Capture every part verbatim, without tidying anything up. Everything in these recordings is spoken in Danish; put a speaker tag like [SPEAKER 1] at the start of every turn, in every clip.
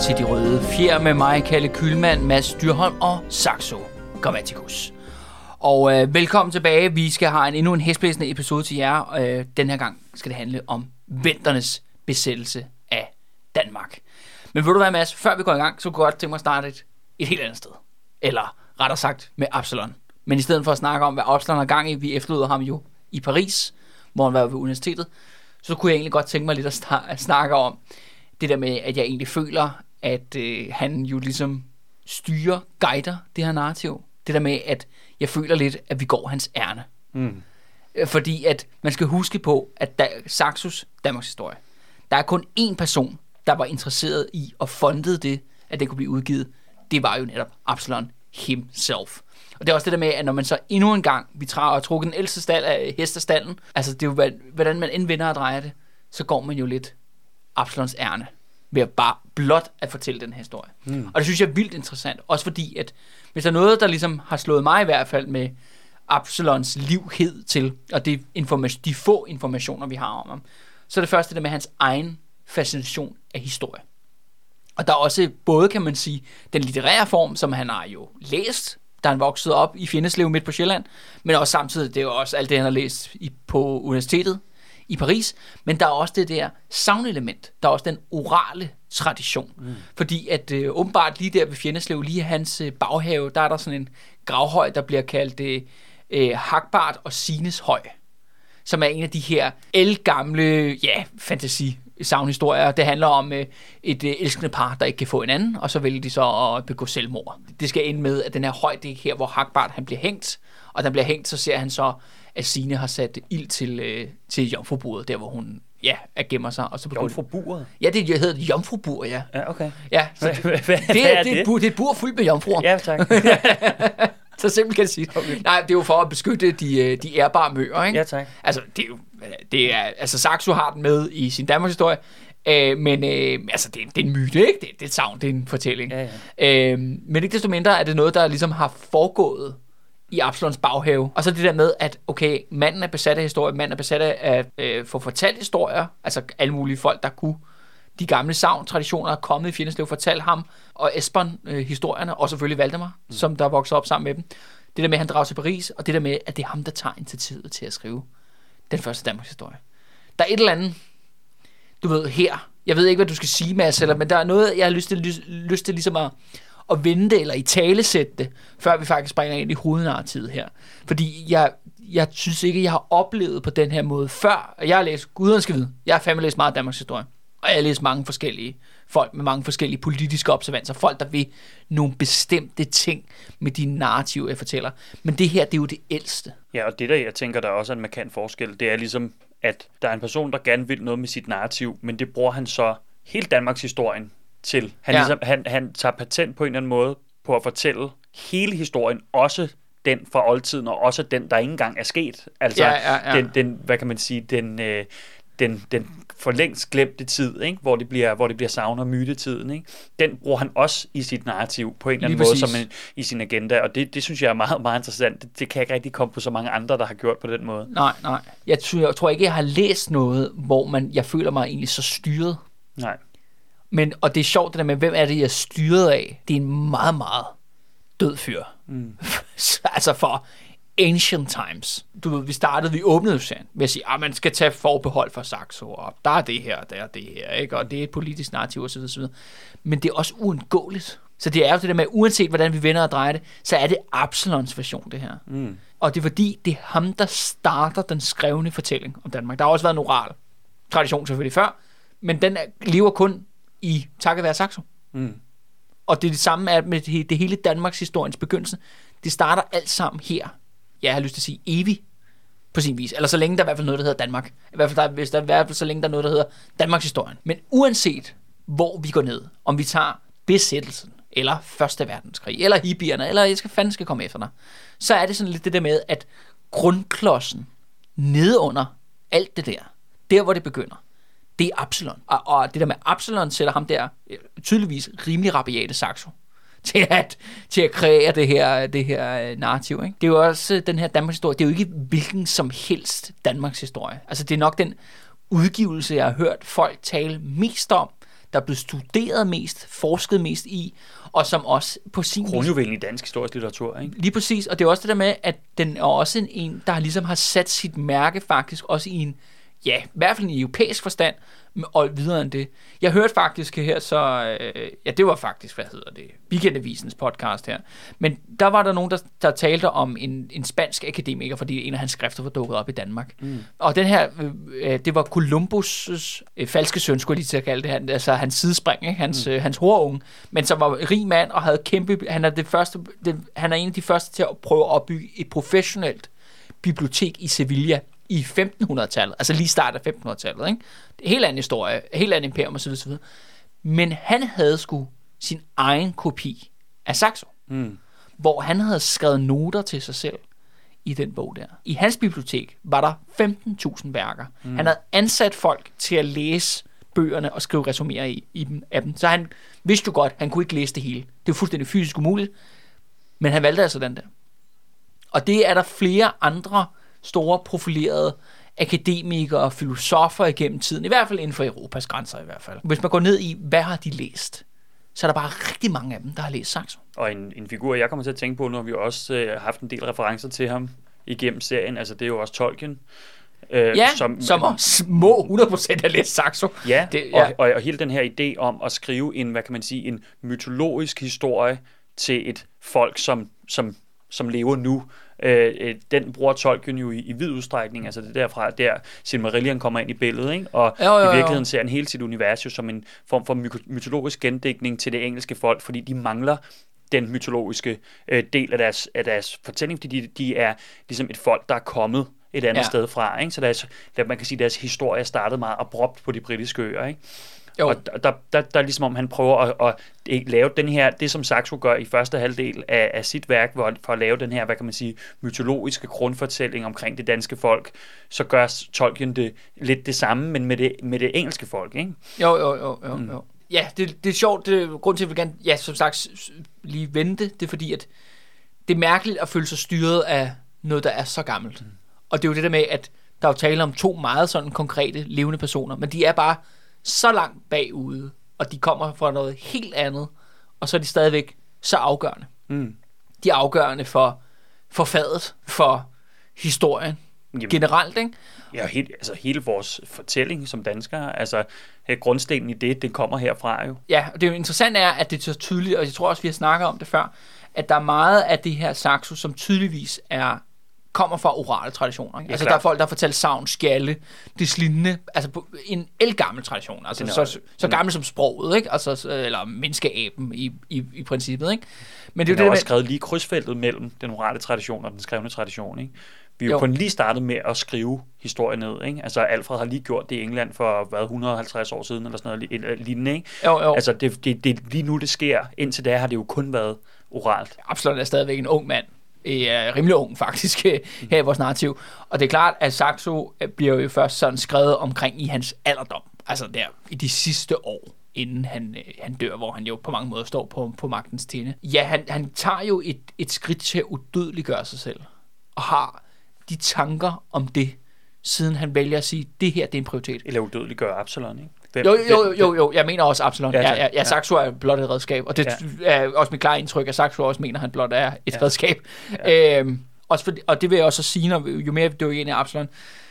[SPEAKER 1] til De Røde Fjer med mig, Kalle Kühlmann, Mads Dyrholm og Saxo Grammaticus. Og øh, velkommen tilbage. Vi skal have en, endnu en hæsblæsende episode til jer. Øh, den her gang skal det handle om vendernes besættelse af Danmark. Men ved du hvad, Mads? Før vi går i gang, så kunne jeg godt tænke mig at starte et, et helt andet sted. Eller rettere sagt med Absalon. Men i stedet for at snakke om, hvad Absalon har gang i, vi efterlod ham jo i Paris, hvor han var ved universitetet, så kunne jeg egentlig godt tænke mig lidt at, start, at snakke om det der med, at jeg egentlig føler, at øh, han jo ligesom styrer, guider det her narrativ. Det der med, at jeg føler lidt, at vi går hans ærne. Mm. Fordi at man skal huske på, at da, Saxos Danmarks historie, der er kun én person, der var interesseret i og fundede det, at det kunne blive udgivet. Det var jo netop Absalon himself. Og det er også det der med, at når man så endnu en gang, vi træder og trukker den ældste stald af hestestallen, altså det er jo, hvordan man end vender og drejer det, så går man jo lidt Absalons ærne ved at bare blot at fortælle den her historie. Mm. Og det synes jeg er vildt interessant, også fordi, at hvis der er noget, der ligesom har slået mig i hvert fald med Absalons livhed til, og det information, de få informationer, vi har om ham, så er det første det med hans egen fascination af historie. Og der er også både, kan man sige, den litterære form, som han har jo læst, da han voksede op i Fjenneslev midt på Sjælland, men også samtidig, det er jo også alt det, han har læst i, på universitetet i Paris, men der er også det der savnelement, der er også den orale tradition, mm. fordi at øh, åbenbart lige der ved Fjenneslev, lige i hans øh, baghave, der er der sådan en gravhøj, der bliver kaldt øh, Hagbart og Sines høj, som er en af de her ældgamle, ja, fantasi savnhistorier. Det handler om øh, et øh, elskende par, der ikke kan få en anden, og så vælger de så at begå selvmord. Det skal ende med, at den her høj, det er her, hvor Hagbart han bliver hængt, og da han bliver hængt, så ser han så, at Signe har sat ild til, øh, til jomfruburet, der hvor hun ja, er gemmer sig. Og så
[SPEAKER 2] jomfruburet?
[SPEAKER 1] Ja, det hedder jomfrubur, ja.
[SPEAKER 2] Ja, okay.
[SPEAKER 1] Ja, så det,
[SPEAKER 2] hvad, hvad,
[SPEAKER 1] det,
[SPEAKER 2] hvad
[SPEAKER 1] er,
[SPEAKER 2] er
[SPEAKER 1] det, er
[SPEAKER 2] det?
[SPEAKER 1] et bur, det er et bur fyldt med jomfruer.
[SPEAKER 2] Ja, tak.
[SPEAKER 1] Så simpelt kan det sige. Okay. Nej, det er jo for at beskytte de, de ærbare møer, ikke?
[SPEAKER 2] Ja, tak.
[SPEAKER 1] Altså, det er jo, det er, altså Saxo har den med i sin Danmarks historie, øh, men øh, altså, det er, det er en myte, ikke? Det, det er et savn, det er en fortælling. Ja, ja. Øh, men ikke desto mindre er det noget, der ligesom har foregået i Absalons baghave. Og så det der med, at okay, manden er besat af historie, manden er besat af at øh, få fortalt historier, altså alle mulige folk, der kunne de gamle savn-traditioner er kommet i Fjenneslev, fortalt ham og Esbern øh, historierne, og selvfølgelig Valdemar, mm. som der voksede op sammen med dem. Det der med, at han drager til Paris, og det der med, at det er ham, der tager initiativet til at skrive den første Danmarks historie. Der er et eller andet, du ved, her. Jeg ved ikke, hvad du skal sige, Mads, eller, men der er noget, jeg har lyst til, lyst, lyst til ligesom at, at vende det, eller i talesætte det, før vi faktisk springer ind i hovednarrativet her. Fordi jeg, jeg synes ikke, jeg har oplevet på den her måde før. Jeg har læst, guderne skal vide, jeg har fandme læst meget Danmarks historie. Og jeg har læst mange forskellige folk med mange forskellige politiske observanser. Folk, der vil nogle bestemte ting med de narrativer, jeg fortæller. Men det her, det er jo det ældste.
[SPEAKER 2] Ja, og det der, jeg tænker, der er også en markant forskel, det er ligesom, at der er en person, der gerne vil noget med sit narrativ, men det bruger han så hele Danmarks historien til. Han, ja. ligesom, han, han tager patent på en eller anden måde på at fortælle hele historien, også den fra oldtiden, og også den, der ikke engang er sket. Altså,
[SPEAKER 1] ja, ja, ja.
[SPEAKER 2] Den, den, hvad kan man sige, den... Øh, Den, den for længst glemte tid, ikke? Hvor det bliver, hvor det bliver savn- og mytetiden, ikke? Den bruger han også i sit narrativ på en eller anden måde, som en, i sin agenda, og det, det synes jeg er meget, meget interessant. Det, det kan jeg ikke rigtig komme på så mange andre, der har gjort på den måde.
[SPEAKER 1] Nej, nej. Jeg tror, jeg tror ikke, jeg har læst noget, hvor man, jeg føler mig egentlig så styret.
[SPEAKER 2] Nej.
[SPEAKER 1] Men, og det er sjovt det der med, hvem er det, jeg er styret af? Det er en meget, meget død fyr. Mm. Altså for ancient times. Du ved, vi startede, vi åbnede serien ved at sige, at man skal tage forbehold for Saxo, og der er det her, og der er det her, ikke? Og det er et politisk narrativ osv. osv. Men det er også uundgåeligt. Så det er jo det der med, uanset hvordan vi vender og drejer det, så er det Absalons version, det her. Mm. Og det er fordi, det er ham, der starter den skrevne fortælling om Danmark. Der har også været en oral tradition selvfølgelig før, men den lever kun i takket være Saxo. Mm. Og det er det samme med det hele Danmarks historiens begyndelse. Det starter alt sammen her. Jeg har lyst til at sige evig på sin vis. Eller så længe der er i hvert fald noget, der hedder Danmark. I hvert fald, der, hvis der er i hvert fald så længe der er noget, der hedder Danmarks historien. Men uanset hvor vi går ned, om vi tager besættelsen, eller Første Verdenskrig, eller hippierne, eller jeg skal fanden skal komme efter dig, så er det sådan lidt det der med, at grundklodsen nede under alt det der, der hvor det begynder, det er Absalon. Og, og det der med Absalon sætter ham der tydeligvis rimelig rabiate Saxo til at, til at kreere det her, det her narrativ. Ikke? Det er jo også den her Danmarks historie. Det er jo ikke hvilken som helst Danmarks historie. Altså det er nok den udgivelse, jeg har hørt folk tale mest om, der er blevet studeret mest, forsket mest i, og som også på sin vis...
[SPEAKER 2] Kronjuvelen i dansk historisk litteratur, ikke?
[SPEAKER 1] Lige præcis, og det er også det der med, at den er også en, en der ligesom har sat sit mærke faktisk også i en, ja, i hvert fald en europæisk forstand, og videre end det. Jeg hørte faktisk her så, øh, ja, det var faktisk, hvad hedder det, Weekendavisens podcast her, men der var der nogen, der, der talte om en, en spansk akademiker, fordi en af hans skrifter var dukket op i Danmark. Mm. Og den her, øh, det var Columbus' øh, falske søn, skulle jeg lige til at kalde det, han, altså hans sidespring, ikke? Hans, mm. øh, hans horunge, men som var rig mand og havde kæmpe, han er, det første, det, han er en af de første til at prøve at opbygge et professionelt bibliotek i Sevilla, i femtenhundredetallet, altså lige start af femtenhundredetallet, ikke? Det er helt anden historie, helt anden imperium osv. osv. Men han havde sgu sin egen kopi af Saxo, mm. hvor han havde skrevet noter til sig selv i den bog der. I hans bibliotek var der femten tusind værker. Mm. Han havde ansat folk til at læse bøgerne og skrive resuméer i, i dem, af dem. Så han vidste jo godt, han kunne ikke læse det hele. Det var fuldstændig fysisk umuligt, men han valgte altså den der. Og det er der flere andre store profilerede akademikere og filosofer igennem tiden, i hvert fald inden for Europas grænser i hvert fald. Hvis man går ned i, hvad har de læst, så er der bare rigtig mange af dem, der har læst Saxo.
[SPEAKER 2] Og en, en figur, jeg kommer til at tænke på, nu har vi også øh, haft en del referencer til ham igennem serien, altså det er jo også Tolkien.
[SPEAKER 1] Øh, ja, som, som små hundrede procent har læst Saxo.
[SPEAKER 2] Ja, det, ja. Og, og, og hele den her idé om at skrive en, hvad kan man sige, en mytologisk historie til et folk, som, som, som lever nu. Øh, den bruger Tolkien jo i, i vid udstrækning, altså det derfra, der Silmarillion kommer ind i billedet, ikke? Og jo, jo, jo. i virkeligheden ser han hele sit univers jo som en form for my- mytologisk gendækning til det engelske folk, fordi de mangler den mytologiske øh, del af deres, af deres fortælling, fordi de, de er ligesom et folk, der er kommet et andet ja. sted fra, ikke? Så deres, der, man kan sige, deres historie startede meget abrupt på de britiske øer, ikke? Jo. Og der, der, der, der er ligesom om han prøver at, at lave den her, det som Saxo gør i første halvdel af, af sit værk, for, for at lave den her, hvad kan man sige, mytologiske grundfortælling omkring det danske folk, så gør Tolkien det lidt det samme, men med det, med det engelske folk, ikke?
[SPEAKER 1] Jo, jo, jo, jo, mm. jo. Ja, det, det er sjovt, det er grund til, at jeg vil gerne, ja, som sagt, lige vente, det er fordi, at det er mærkeligt at føle sig styret af noget, der er så gammelt. Mm. Og det er jo det der med, at der er jo tale om to meget sådan konkrete, levende personer, men de er bare så langt bagude, og de kommer fra noget helt andet, og så er de stadigvæk så afgørende. Mm. De er afgørende for, for fadet, for historien, Jamen, generelt, ikke?
[SPEAKER 2] Ja, helt, altså hele vores fortælling som danskere, altså grundstenen i det, det kommer herfra jo.
[SPEAKER 1] Ja, og det er jo interessant er, at det er så tydeligt, og jeg tror også, vi har snakket om det før, at der er meget af det her Saxo, som tydeligvis er kommer fra orale traditioner. Ikke? Ja, altså, klar. Der er folk, der har fortalt sagn, skjalde, deslignende, altså på en elgammel tradition, altså så, så, så gammel som sproget, ikke? Altså, eller menneskeaben i, i, i princippet, ikke?
[SPEAKER 2] Men det er jo det, også med skrevet lige krydsfeltet mellem den orale tradition og den skrevne tradition, ikke? Vi er jo, jo kun lige startet med at skrive historie ned, ikke? Altså, Alfred har lige gjort det i England for, hvad, et hundrede og halvtreds år siden, eller sådan noget lignende, ikke?
[SPEAKER 1] Jo, jo.
[SPEAKER 2] Altså, det, det, det, lige nu det sker. Indtil da har det jo kun været oralt.
[SPEAKER 1] Absolut er stadigvæk en ung mand. Er rimelig ung faktisk her i vores narrativ. Og det er klart, at Saxo bliver jo først sådan skrevet omkring i hans alderdom. Altså der i de sidste år, inden han, han dør, hvor han jo på mange måder står på, på magtens tinde. Ja, han, han tager jo et, et skridt til at udødeliggøre sig selv. Og har de tanker om det, siden han vælger at sige, det her det er en prioritet.
[SPEAKER 2] Eller udødeliggøre Absalon, ikke? Hvem,
[SPEAKER 1] jo, jo, jo, jo, jeg mener også Absalon. Ja, ja, ja, ja, Saxo er blot et redskab, og det ja. er også mit klare indtryk, at Saxo også mener, at han blot er et ja. redskab. Ja. Øhm, også for, og det vil jeg også sige, når, jo mere vi dykker ind i Absalon,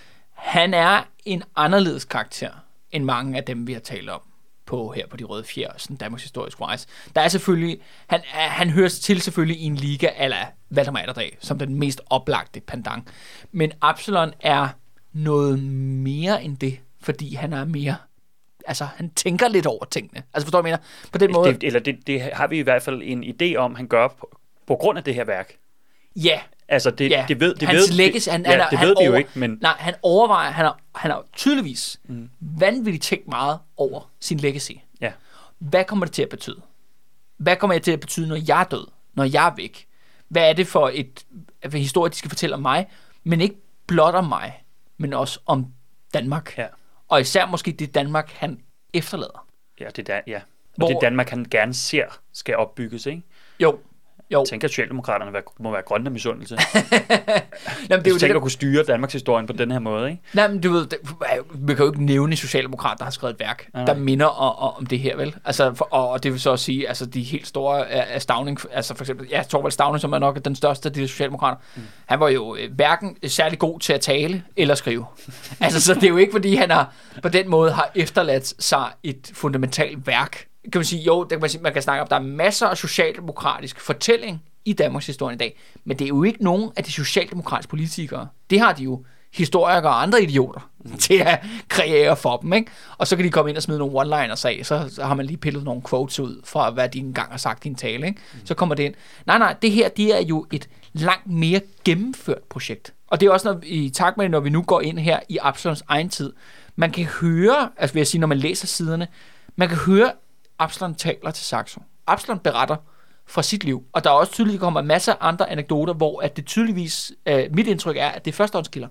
[SPEAKER 1] han er en anderledes karakter, end mange af dem, vi har talt om på her på de røde fjer, sådan Danmarks historisk wise. Der er selvfølgelig, han, han hører til selvfølgelig i en liga ala Valdemar Atterdag, som den mest oplagte pendant. Men Absalon er noget mere end det, fordi han er mere... Altså, han tænker lidt over tingene. Altså, forstår du, hvad jeg mener? På den måde...
[SPEAKER 2] Det, eller det, det har vi i hvert fald en idé om, han gør på, på grund af det her værk.
[SPEAKER 1] Ja.
[SPEAKER 2] Altså, det,
[SPEAKER 1] ja.
[SPEAKER 2] det ved, det
[SPEAKER 1] Hans
[SPEAKER 2] ved,
[SPEAKER 1] legacy, han,
[SPEAKER 2] ja,
[SPEAKER 1] han,
[SPEAKER 2] det
[SPEAKER 1] han
[SPEAKER 2] ved
[SPEAKER 1] over,
[SPEAKER 2] vi jo ikke, men...
[SPEAKER 1] Nej, han overvejer, han har, han har tydeligvis mm. vanvittigt tænkt meget over sin legacy.
[SPEAKER 2] Ja.
[SPEAKER 1] Hvad kommer det til at betyde? Hvad kommer det til at betyde, når jeg er død? Når jeg er væk? Hvad er det for et for historie, de skal fortælle om mig? Men ikke blot om mig, men også om Danmark.
[SPEAKER 2] Ja.
[SPEAKER 1] Og især måske det Danmark, han efterlader.
[SPEAKER 2] Ja, det er, ja. Og Hvor, det Danmark, han gerne ser, skal opbygges, ikke?
[SPEAKER 1] Jo, Jo.
[SPEAKER 2] Jeg tænker, at Socialdemokraterne må være grønne af misundelse.
[SPEAKER 1] Jamen, det er jo
[SPEAKER 2] tænker
[SPEAKER 1] det,
[SPEAKER 2] at kunne styre Danmarks historien på den her måde, ikke?
[SPEAKER 1] Nej, men du ved, det, vi kan jo ikke nævne en socialdemokrat, der har skrevet et værk, ja. der minder om, om det her, vel? Altså, for, og det vil så sige, altså de helt store af Stauning, altså for eksempel, ja, Thorvald Stauning, som er nok den største af de socialdemokrater, mm. han var jo hverken særlig god til at tale eller skrive. Altså, så det er jo ikke, fordi han har, på den måde har efterladt sig et fundamentalt værk. Kan man sige, jo, det kan man, sige, man kan snakke om, der er masser af socialdemokratisk fortælling i Danmarks historie i dag, men det er jo ikke nogen af de socialdemokratiske politikere. Det har de jo historikere og andre idioter mm. til at kreere for dem, ikke? Og så kan de komme ind og smide nogle one-liners af, så, så har man lige pillet nogle quotes ud fra, hvad de engang har sagt i en tale, ikke? Mm. Så kommer det ind. Nej, nej, det her, det er jo et langt mere gennemført projekt. Og det er også når, i takt med, når vi nu går ind her i Absalons egen tid. Man kan høre, altså vil jeg sige, når man læser siderne, man kan høre, Absalon taler til Saxo. Absalon beretter fra sit liv, og der er også tydeligt kommer masser af andre anekdoter, hvor at det tydeligvis, øh, mit indtryk er, at det er førstehåndskilder.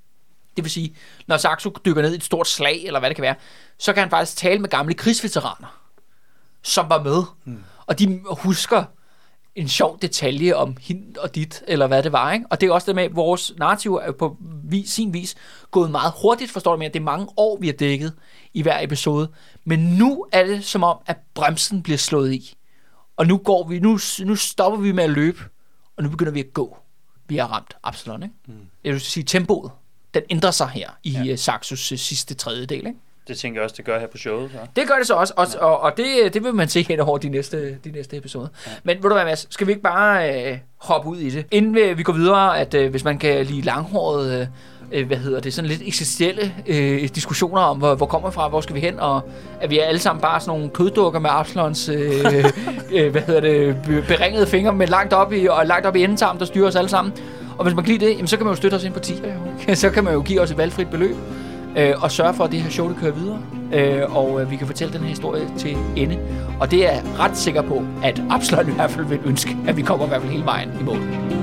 [SPEAKER 1] Det vil sige, når Saxo dykker ned i et stort slag, eller hvad det kan være, så kan han faktisk tale med gamle krigsveteraner, som var med, mm. og de husker en sjov detalje om hende og dit, eller hvad det var, ikke? Og det er også det med, at vores narrativ er på vis, sin vis gået meget hurtigt, forstår du mere. Det er mange år, vi har dækket i hver episode. Men nu er det som om, at bremsen bliver slået i. Og nu går vi, nu, nu stopper vi med at løbe, og nu begynder vi at gå. Vi har ramt Absalon, ikke? Mm. Jeg vil sige, tempoet, den ændrer sig her i ja. Saxos sidste tredjedel, ikke?
[SPEAKER 2] Det tænker jeg også, det gør her på showet. Så.
[SPEAKER 1] Det gør det så også, også ja. og, og det, det vil man se hen over de næste, de næste episoder. Ja. Men ved du hvad, Mads, skal vi ikke bare øh, hoppe ud i det? Inden vi, vi går videre, at øh, hvis man kan lide langhåret, øh, hvad hedder det, sådan lidt eksistentielle øh, diskussioner om, hvor, hvor kommer vi fra, hvor skal vi hen, og at vi er alle sammen bare sådan nogle køddukker med Absalons, øh, øh, hvad hedder det, beringede fingre med langt op i, og langt op i endetarmen, der styrer os alle sammen. Og hvis man kan lide det, jamen, så kan man jo støtte os ind på ti. Så kan man jo give os et valgfrit beløb. Øh, og sørge for, at det her show, det kører videre. Øh, og øh, vi kan fortælle den her historie til ende. Og det er jeg ret sikker på, at Absalon i hvert fald vil ønske, at vi kommer i hvert fald hele vejen i mål.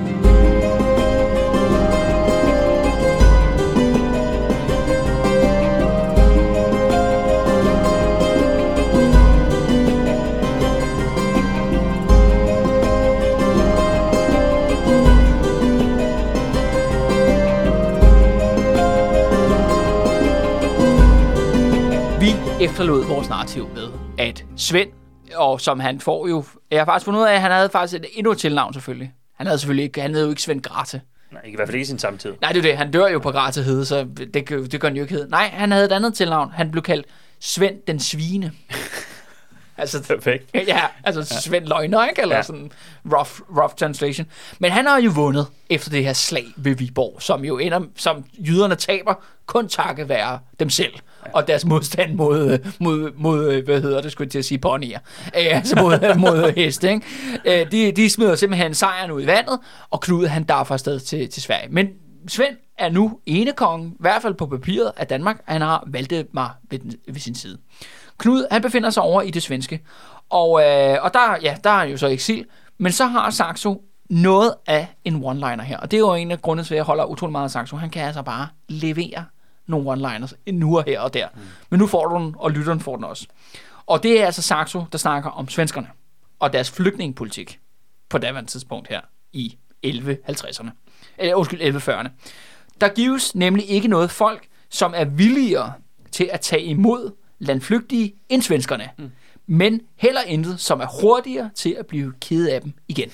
[SPEAKER 1] Efterlod vores narrativ med, at Svend, og som han får jo, jeg har faktisk fundet ud af, at han havde faktisk et endnu et tilnavn selvfølgelig. Han havde selvfølgelig ikke, han hed jo ikke Svend Grathe.
[SPEAKER 2] Nej, i hvert fald ikke i sin samtid.
[SPEAKER 1] Nej, det er det, han dør jo på Grathe-hede, så det, det gør han jo ikke hed. Nej, han havde et andet tilnavn, han blev kaldt Svend den Svine. Altså,
[SPEAKER 2] perfekt.
[SPEAKER 1] Ja, altså ja. Svend Løgner, ikke? Eller ja. Sådan rough, rough translation. Men han har jo vundet efter det her slag ved Viborg, som jo ender, som jyderne taber, kun takket være dem selv. Ja. Og deres modstand mod, mod, mod, hvad hedder det, skulle jeg til at sige, ponyer. Altså mod, mod heste, ikke? De, de smider simpelthen sejren ud i vandet, og Knud, han darfer afsted til, til Sverige. Men Svend er nu enekongen, i hvert fald på papiret af Danmark. Han har Valdemar ved, ved sin side. Knud, han befinder sig over i det svenske, og, øh, og der, ja, der er han jo så eksil, men så har Saxo noget af en one-liner her, og det er jo en af grundene til, at jeg holder utrolig meget af Saxo. Han kan altså bare levere nogle one-liners nu og her og der, mm. men nu får du den, og lytteren får den også. Og det er altså Saxo, der snakker om svenskerne og deres flygtningepolitik på daværende tidspunkt her i elleve halvtredserne, eller undskyld, elleve fyrrerne. Der gives nemlig ikke noget folk, som er villigere til at tage imod landflygtige end svenskerne. Mm. Men heller intet, som er hurtigere til at blive ked af dem igen.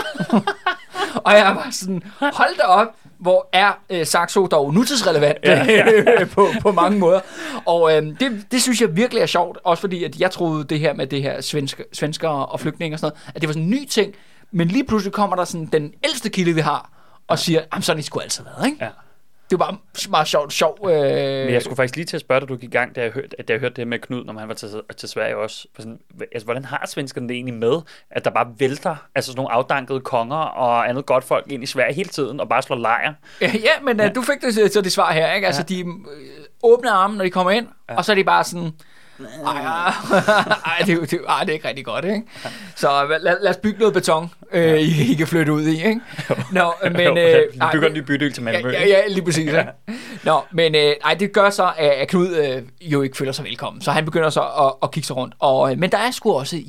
[SPEAKER 1] Og jeg var sådan, hold da op, hvor er øh, Saxo dog nutidsrelevant ja, ja. på, på mange måder. Og øh, det, det synes jeg virkelig er sjovt, også fordi at jeg troede det her med det her svensk, svenskere og flygtninge og sådan noget, at det var sådan en ny ting, men lige pludselig kommer der sådan den ældste kilde, vi har, og siger, jamen sådan det skulle altid været, ikke? Ja. Det var bare meget sjovt. Sjov, øh...
[SPEAKER 2] Men jeg skulle faktisk lige til at spørge dig, du gik i gang, da jeg hørte, da jeg hørte det med Knud, når han var til, til Sverige også. Sådan, altså, hvordan har svenskerne det egentlig med, at der bare vælter altså sådan nogle afdankede konger og andet godt folk ind i Sverige hele tiden og bare slår lejr?
[SPEAKER 1] Ja, men ja. Du fik det til det svar her, ikke? Altså, ja. De åbner armen, når de kommer ind, ja. Og så er de bare sådan... Ej, ej, det, det, ej, det er ikke rigtig godt, ikke? Så lad, lad os bygge noget beton, øh, I, I kan flytte ud i, ikke? Nå, men...
[SPEAKER 2] Jo, øh, vi bygger en ny bydel til Malmø.
[SPEAKER 1] Ja, ja, lige præcis. Ja. Nå, men øh, ej, det gør så, at Knud øh, jo ikke føler sig velkommen, så han begynder så at, at kigge sig rundt. Og, øh, men der er sgu også hjælp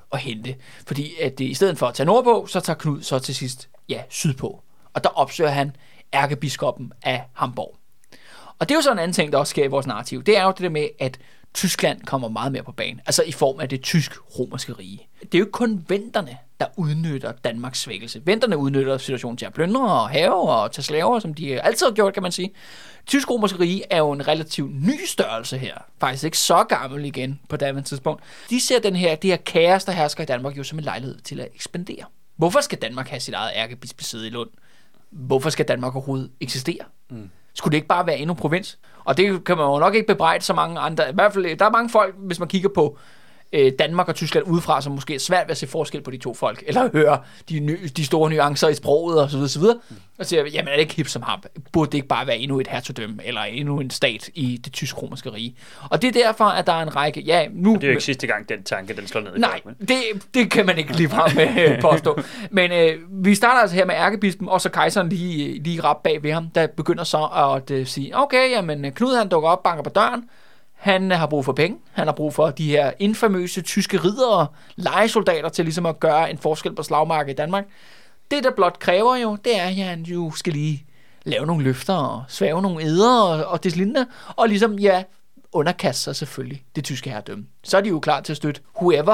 [SPEAKER 1] at hente. Fordi at det, i stedet for at tage nordpå, så tager Knud så til sidst ja, sydpå. Og der opsøger han ærkebiskoppen af Hamborg. Og det er jo så en anden ting, der også sker i vores narrativ. Det er jo det der med, at Tyskland kommer meget mere på banen. Altså i form af det tysk-romerske rige. Det er jo ikke kun venderne, der udnytter Danmarks svækkelse. Venderne udnytter situationen til at plyndre og have og tage slaver, som de altid har gjort, kan man sige. Tysk-romerske rige er jo en relativt ny størrelse her. Faktisk ikke så gammel igen på daværende tidspunkt. De ser den her, det her kaos, der hersker i Danmark, jo som en lejlighed til at ekspandere. Hvorfor skal Danmark have sit eget ærkebispesæde i Lund? Hvorfor skal Danmark overhovedet eksistere? Mm. Skulle det ikke bare være endnu provins? Og det kan man jo nok ikke bebrejde så mange andre. I hvert fald, der er mange folk, hvis man kigger på øh, Danmark og Tyskland udefra, som måske er svært ved at se forskel på de to folk, eller høre de, ny, de store nuancer i sproget og så videre, så videre. Mm. Og siger, jamen er det ikke hip som ham? Burde det ikke bare være endnu et hertugdømme, eller endnu en stat i det tysk-romerske rige? Og det er derfor, at der er en række... Ja, nu,
[SPEAKER 2] det er jo ikke sidste gang, den tanke, den slår ned i
[SPEAKER 1] nej, folk, det, det kan man ikke ligefrem med påstå. Men øh, vi starter altså her med ærkebispen, og så kejseren lige, lige rap bag ved ham, der begynder så at øh, sige, okay, jamen Knud han dukker op, banker på døren, han har brug for penge, han har brug for de her infamøse tyske riddere, lejesoldater til ligesom at gøre en forskel på slagmarken i Danmark. Det, der blot kræver jo, det er, at han jo skal lige lave nogle løfter og svæve nogle eder og, og det lignende, og ligesom, ja, underkaste sig selvfølgelig det tyske herredømme. Så er de jo klar til at støtte whoever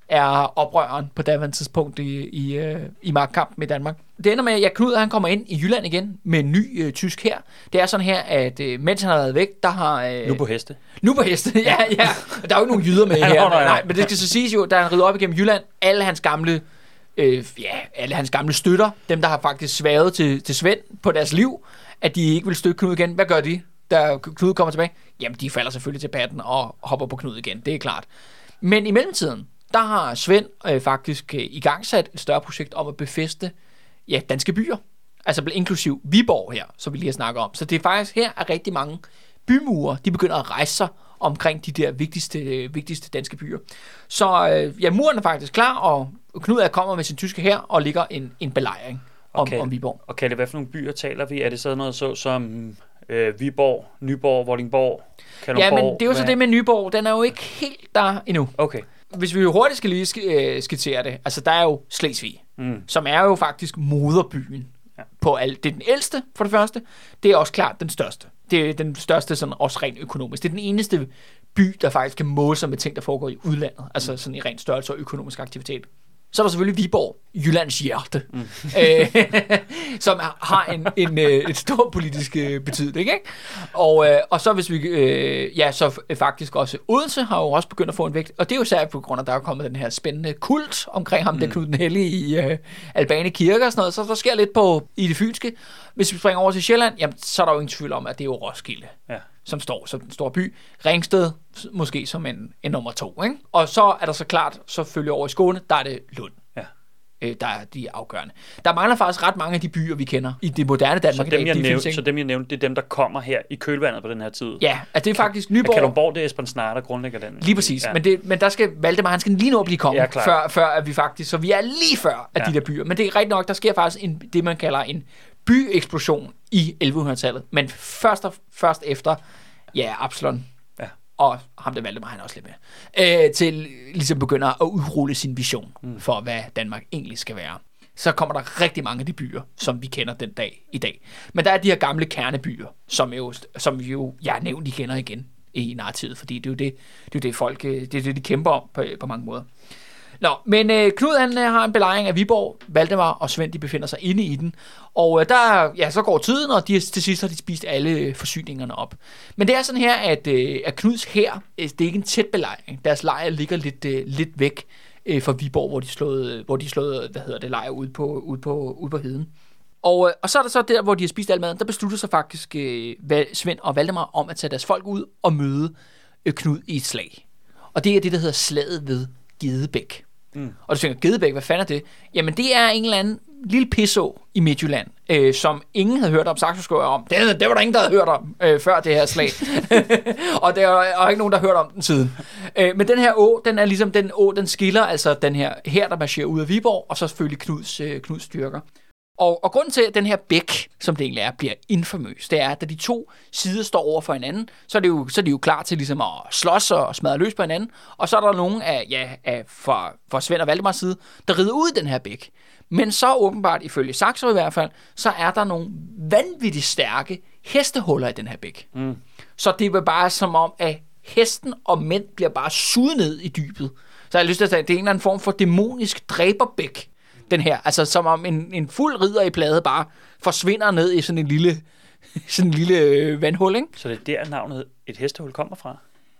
[SPEAKER 1] er oprøreren på daværende tidspunkt i, i, øh, i magtkampen i Danmark. Det ender med, at ja, Knud han kommer ind i Jylland igen med en ny øh, tysk hær. Det er sådan her, at øh, mens han har været væk, der har... Øh,
[SPEAKER 2] nu på heste.
[SPEAKER 1] Nu på heste, ja, ja. Der er jo ikke nogen jyder med her. Nej, nej, nej, men det skal så siges jo, da han rider op igennem Jylland, alle hans gamle... Øh, ja, alle hans gamle støtter, dem der har faktisk sværet til, til Svend på deres liv, at de ikke vil støtte Knud igen. Hvad gør de, da Knud kommer tilbage? Jamen, de falder selvfølgelig til patten og hopper på Knud igen, det er klart. Men i mellemtiden, der har Svend øh, faktisk øh, igangsat et større projekt om at befæste ja, danske byer. Altså inklusiv Viborg her, som vi lige har snakket om. Så det er faktisk her, at rigtig mange bymure, de begynder at rejse sig omkring de der vigtigste, øh, vigtigste danske byer. Så øh, ja, muren er faktisk klar, og Knud er kommer med sin tyske hær og ligger en, en belejring om,
[SPEAKER 2] okay.
[SPEAKER 1] om Viborg.
[SPEAKER 2] Og Kalle, hvad for nogle byer taler vi? Er det sådan noget så som øh, Viborg, Nyborg, Vordingborg, Kalundborg? Ja, men
[SPEAKER 1] det er jo så det med Nyborg. Den er jo ikke helt der endnu. Okay. Hvis vi jo hurtigt skal lige skitsere det, altså der er jo Slesvig, mm. som er jo faktisk moderbyen ja. på alt. Det er den ældste, for det første. Det er også klart den største. Det er den største sådan også rent økonomisk. Det er den eneste by, der faktisk kan måle sig med ting, der foregår i udlandet. Altså sådan i rent størrelse og økonomisk aktivitet. Så er der selvfølgelig Viborg, Jyllands hjerte, mm. øh, som har en, en, et stort politisk betydning, ikke? Og, øh, og så hvis vi, øh, ja, så faktisk også Odense har jo også begyndt at få en vægt, og det er jo særligt på grund af, at der er kommet den her spændende kult omkring ham, mm. der Knud den Hellige i øh, Albane Kirke og sådan noget, så der sker lidt på i det fynske. Hvis vi springer over til Sjælland, jamen, så er der jo ingen tvivl om, at det er jo Roskilde. Ja. Som står som en stor by. Ringsted måske som en, en nummer to. Ikke? Og så er der så klart, så følger over i Skåne, der er det Lund. Ja. Øh, der er de afgørende. Der mangler faktisk ret mange af de byer, vi kender i det moderne Danmark.
[SPEAKER 2] Så dem, jeg nævnte, så dem, jeg nævnte, det er dem, der kommer her i kølvandet på den her tid?
[SPEAKER 1] Ja, altså det er faktisk Nyborg.
[SPEAKER 2] Kalundborg, det er Esben Snare, der grundlægger den.
[SPEAKER 1] Lige præcis, ja. men, det, men der skal Valdemar, han skal lige nå at blive konge, ja, før, før at vi faktisk, så vi er lige før af ja. de der byer. Men det er rigtigt nok, der sker faktisk en, det, man kalder en byeksplosion i elleve hundrede-tallet. Men først, og, først efter, ja, Absalon, ja. og ham der Valdemar, han også lidt med, øh, til ligesom begynder at udrulle sin vision mm. for, hvad Danmark egentlig skal være. Så kommer der rigtig mange af de byer, som vi kender den dag i dag. Men der er de her gamle kernebyer, som jo, som jo jeg nævnt, de kender igen i narrativet, fordi det er jo det, det, er det folk, det er det, de kæmper om på, på mange måder. Nå, men øh, Knud han øh, har en belejring af Viborg, Valdemar og Svend, de befinder sig inde i den, og øh, der, ja, så går tiden, og de, til sidst har de spist alle øh, forsyningerne op. Men det er sådan her, at, øh, at Knuds hær, øh, det er ikke en tæt belejring, deres lejr ligger lidt, øh, lidt væk øh, fra Viborg, hvor de slåede, hvor de slåede hvad hedder det, lejr ude på, ude på, ude på heden. Og, øh, og så er der så der, hvor de har spist al maden, der beslutter sig faktisk øh, Svend og Valdemar om at tage deres folk ud og møde øh, Knud i et slag. Og det er det, der hedder slaget ved Gedebæk. Mm. Og du tænker, Gedebæk, hvad fanden er det? Jamen, det er en eller anden lille pisså i Midtjylland, øh, som ingen havde hørt om, Saxo om. Det, det var der ingen, der havde hørt om øh, før det her slag. og der er ikke nogen, der har hørt om den siden. Øh, men den her å, den er ligesom den å, den skiller altså den her her, der marcherer ud af Viborg, og så selvfølgelig Knuds, øh, Knuds styrker. Og, og grunden til, at den her bæk, som det egentlig er, bliver infamøs, det er, at da de to sider står over for hinanden, så er, det jo, så er de jo klar til ligesom at slås og smadre løs på hinanden. Og så er der nogen af, ja, af fra, fra Svend og Valdemars side, der rider ud i den her bæk. Men så åbenbart, ifølge Saxo i hvert fald, så er der nogle vanvittigt stærke hestehuller i den her bæk. Mm. Så det er bare som om, at hesten og mænd bliver bare suget ned i dybet. Så jeg har lyst til at sige, at det er en eller anden form for dæmonisk dræberbæk, den her. Altså som om en, en fuld ridder i plade bare forsvinder ned i sådan en lille, sådan en lille øh, vandhul, ikke?
[SPEAKER 2] Så det er der navnet et hestehul kommer fra?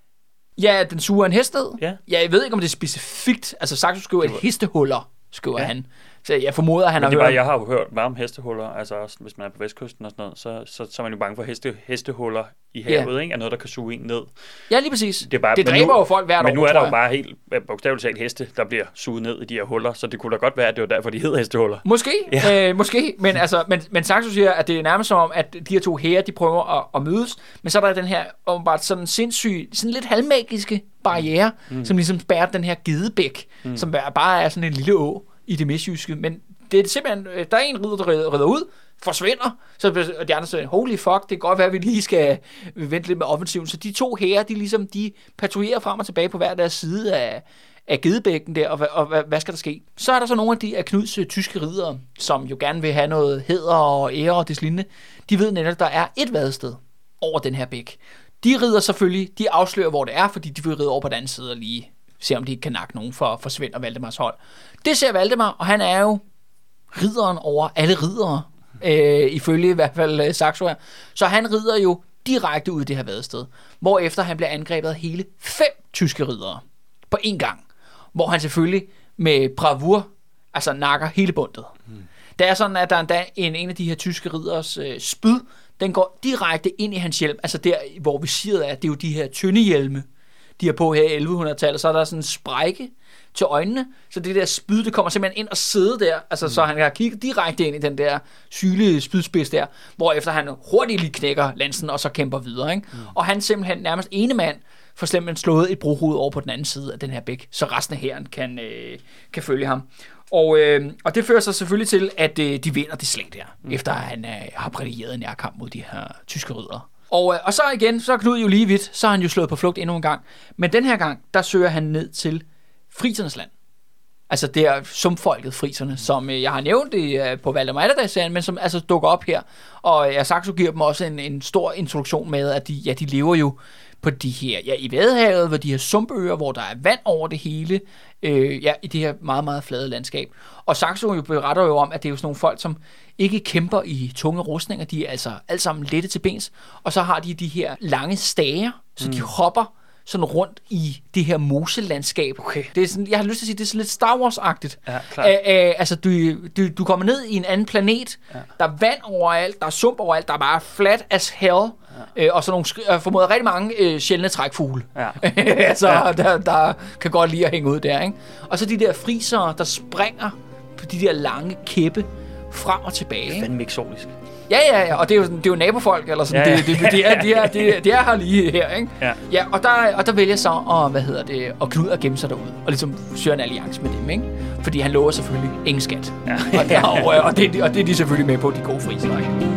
[SPEAKER 1] Ja, den suger en hest ned.
[SPEAKER 2] Ja.
[SPEAKER 1] Ja, jeg ved ikke, om det er specifikt. Altså Saxo skriver et hestehuller, skriver ja. han. Så jeg formoder, at han
[SPEAKER 2] Men
[SPEAKER 1] har
[SPEAKER 2] det
[SPEAKER 1] hørt...
[SPEAKER 2] Bare, jeg har jo hørt meget om hestehuller, altså også hvis man er på vestkysten og sådan noget, så, så, så er man jo bange for heste, hestehuller i havet, ja. ikke? Er noget, der kan suge en ned.
[SPEAKER 1] Ja, lige præcis.
[SPEAKER 2] Det, er bare,
[SPEAKER 1] det dræber
[SPEAKER 2] nu,
[SPEAKER 1] jo folk hvert år,
[SPEAKER 2] Men nu er der jo bare helt bogstaveligt talt heste, der bliver suget ned i de her huller, så det kunne da godt være, at det var derfor, de hed hestehuller.
[SPEAKER 1] Måske, ja. øh, måske. Men, altså, men, men Saxo siger, at det er nærmest som om, at de her to hære, de prøver at, at mødes, men så er der den her åbenbart sådan sindssyg, sådan lidt halvmagiske barriere, mm. som ligesom spærrer den her gedebæk, mm. som bare er sådan en lille å i det midtjyske, men det er simpelthen, der er en ridder, der redder ud, forsvinder, så de andre siger, holy fuck, det kan godt være, at vi lige skal vente lidt med offensiven. Så de to hære, de ligesom, de patruljerer frem og tilbage på hver deres side af, af gedebækken der, og, og, og hvad, hvad skal der ske? Så er der så nogle af de af Knuds uh, tyske riddere, som jo gerne vil have noget hæder og ære og det lignende. De ved netop, at der er et vadested over den her bæk. De rider selvfølgelig, de afslører, hvor det er, fordi de vil ride over på den anden side og lige se, om de kan nakke nogen for, for Svend og Valdemars hold. Det ser Valdemar, og han er jo ridderen over alle riddere, øh, ifølge i hvert fald øh, Saxo her. Så han rider jo direkte ud i det her vadested, hvorefter han bliver angrebet af hele fem tyske riddere på én gang, hvor han selvfølgelig med bravur altså nakker hele bundet. Hmm. Det er sådan, at der er en, en af de her tyske ridderes øh, spyd, den går direkte ind i hans hjelm, altså der, hvor visiret er, det er jo de her tynde hjelme, de er på her i elleve hundrede-tallet, så er der sådan en sprække til øjnene, så det der spyd, det kommer simpelthen ind og sidde der, altså mm. så han kan kigge direkte ind i den der sygelige spydspids der, hvorefter han hurtigt lige knækker lansen, og så kæmper videre, ikke? Mm. Og han simpelthen nærmest ene mand får simpelthen slået et brohoved over på den anden side af den her bæk, så resten af hæren kan, øh, kan følge ham. Og, øh, og det fører sig selvfølgelig til, at øh, de vinder det slag der, mm. efter at han øh, har prædieret en nærkamp mod de her tyske riddere. Og, øh, og så igen, så er Knud jo lige vidt, så har han jo slået på flugt endnu en gang. Men den her gang, der søger han ned til frisernes land. Altså det er sumfolket friserne, som øh, jeg har nævnt det øh, på Valdemar Atterdag-serien, men som altså dukker op her. Og jeg Saxo giver dem også en, en stor introduktion med, at de, ja, de lever jo på de her, ja, i Vadehavet, hvor de her sumpøer, hvor der er vand over det hele, øh, ja, i det her meget, meget flade landskab. Og Saxo jo beretter jo om, at det er jo sådan nogle folk, som ikke kæmper i tunge rustninger, de er altså alt sammen lette til bens, og så har de de her lange stager, så mm. de hopper sådan rundt i det her moselandskab. Okay. Det er sådan, jeg har lyst til at sige, det er sådan lidt Star Wars-agtigt. Ja, klart. Æ, øh, altså, du, du, du kommer ned i en anden planet, ja. Der er vand overalt, der er sump overalt, der er bare flat as hell, ja. øh, og så nogle, øh, formoder rigtig mange øh, sjældne trækfugle. Ja. altså, ja. Der, der kan godt lide at hænge ud der, ikke? Og så de der frisere, der springer på de der lange kæppe frem og tilbage.
[SPEAKER 2] Det er fandme eksotisk.
[SPEAKER 1] Ja, ja, ja, og det er jo, det er jo nabofolk, eller sådan, ja, ja. Det, det, de, er, de, er, de, er, de er her lige her, ikke? Ja, ja og, der, og der vælger så at, hvad hedder det, at Knud at gemme sig derude, og ligesom søger en alliance med dem, ikke? Fordi han lover selvfølgelig ingen skat. Ja. og, der, og, og, det, og det er de selvfølgelig med på, de gode friser, ikke?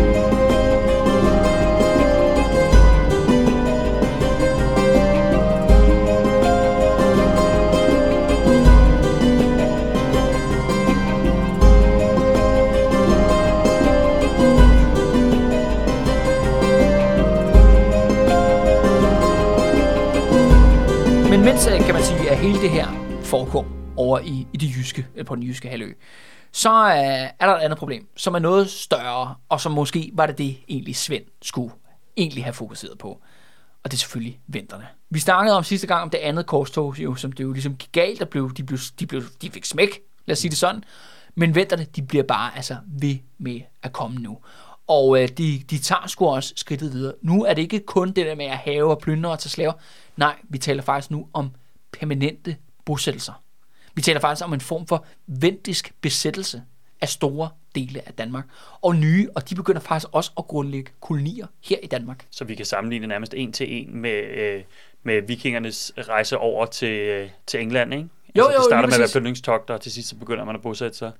[SPEAKER 1] Men mens, kan man sige, at hele det her foregår over i, i det jyske, på den jyske halvø, så uh, er der et andet problem, som er noget større, og som måske var det det, egentlig Svend skulle egentlig have fokuseret på. Og det er selvfølgelig venterne. Vi snakkede om sidste gang om det andet korstog, jo, som det jo ligesom gik galt, der blev, de, blev, de, blev, de fik smæk, lad os sige det sådan. Men venterne, de bliver bare altså ved med at komme nu. Og øh, de, de tager sgu også skridtet videre. Nu er det ikke kun det der med at have og plyndre og tage slaver. Nej, vi taler faktisk nu om permanente bosættelser. Vi taler faktisk om en form for vendisk besættelse af store dele af Danmark. Og nye, og de begynder faktisk også at grundlægge kolonier her i Danmark.
[SPEAKER 2] Så vi kan sammenligne nærmest en til en med, øh, med vikingernes rejse over til, øh, til England, ikke?
[SPEAKER 1] Jo,
[SPEAKER 2] altså,
[SPEAKER 1] jo,
[SPEAKER 2] det starter med at være plyndringstogter, og til sidst så begynder man at bosætte sig.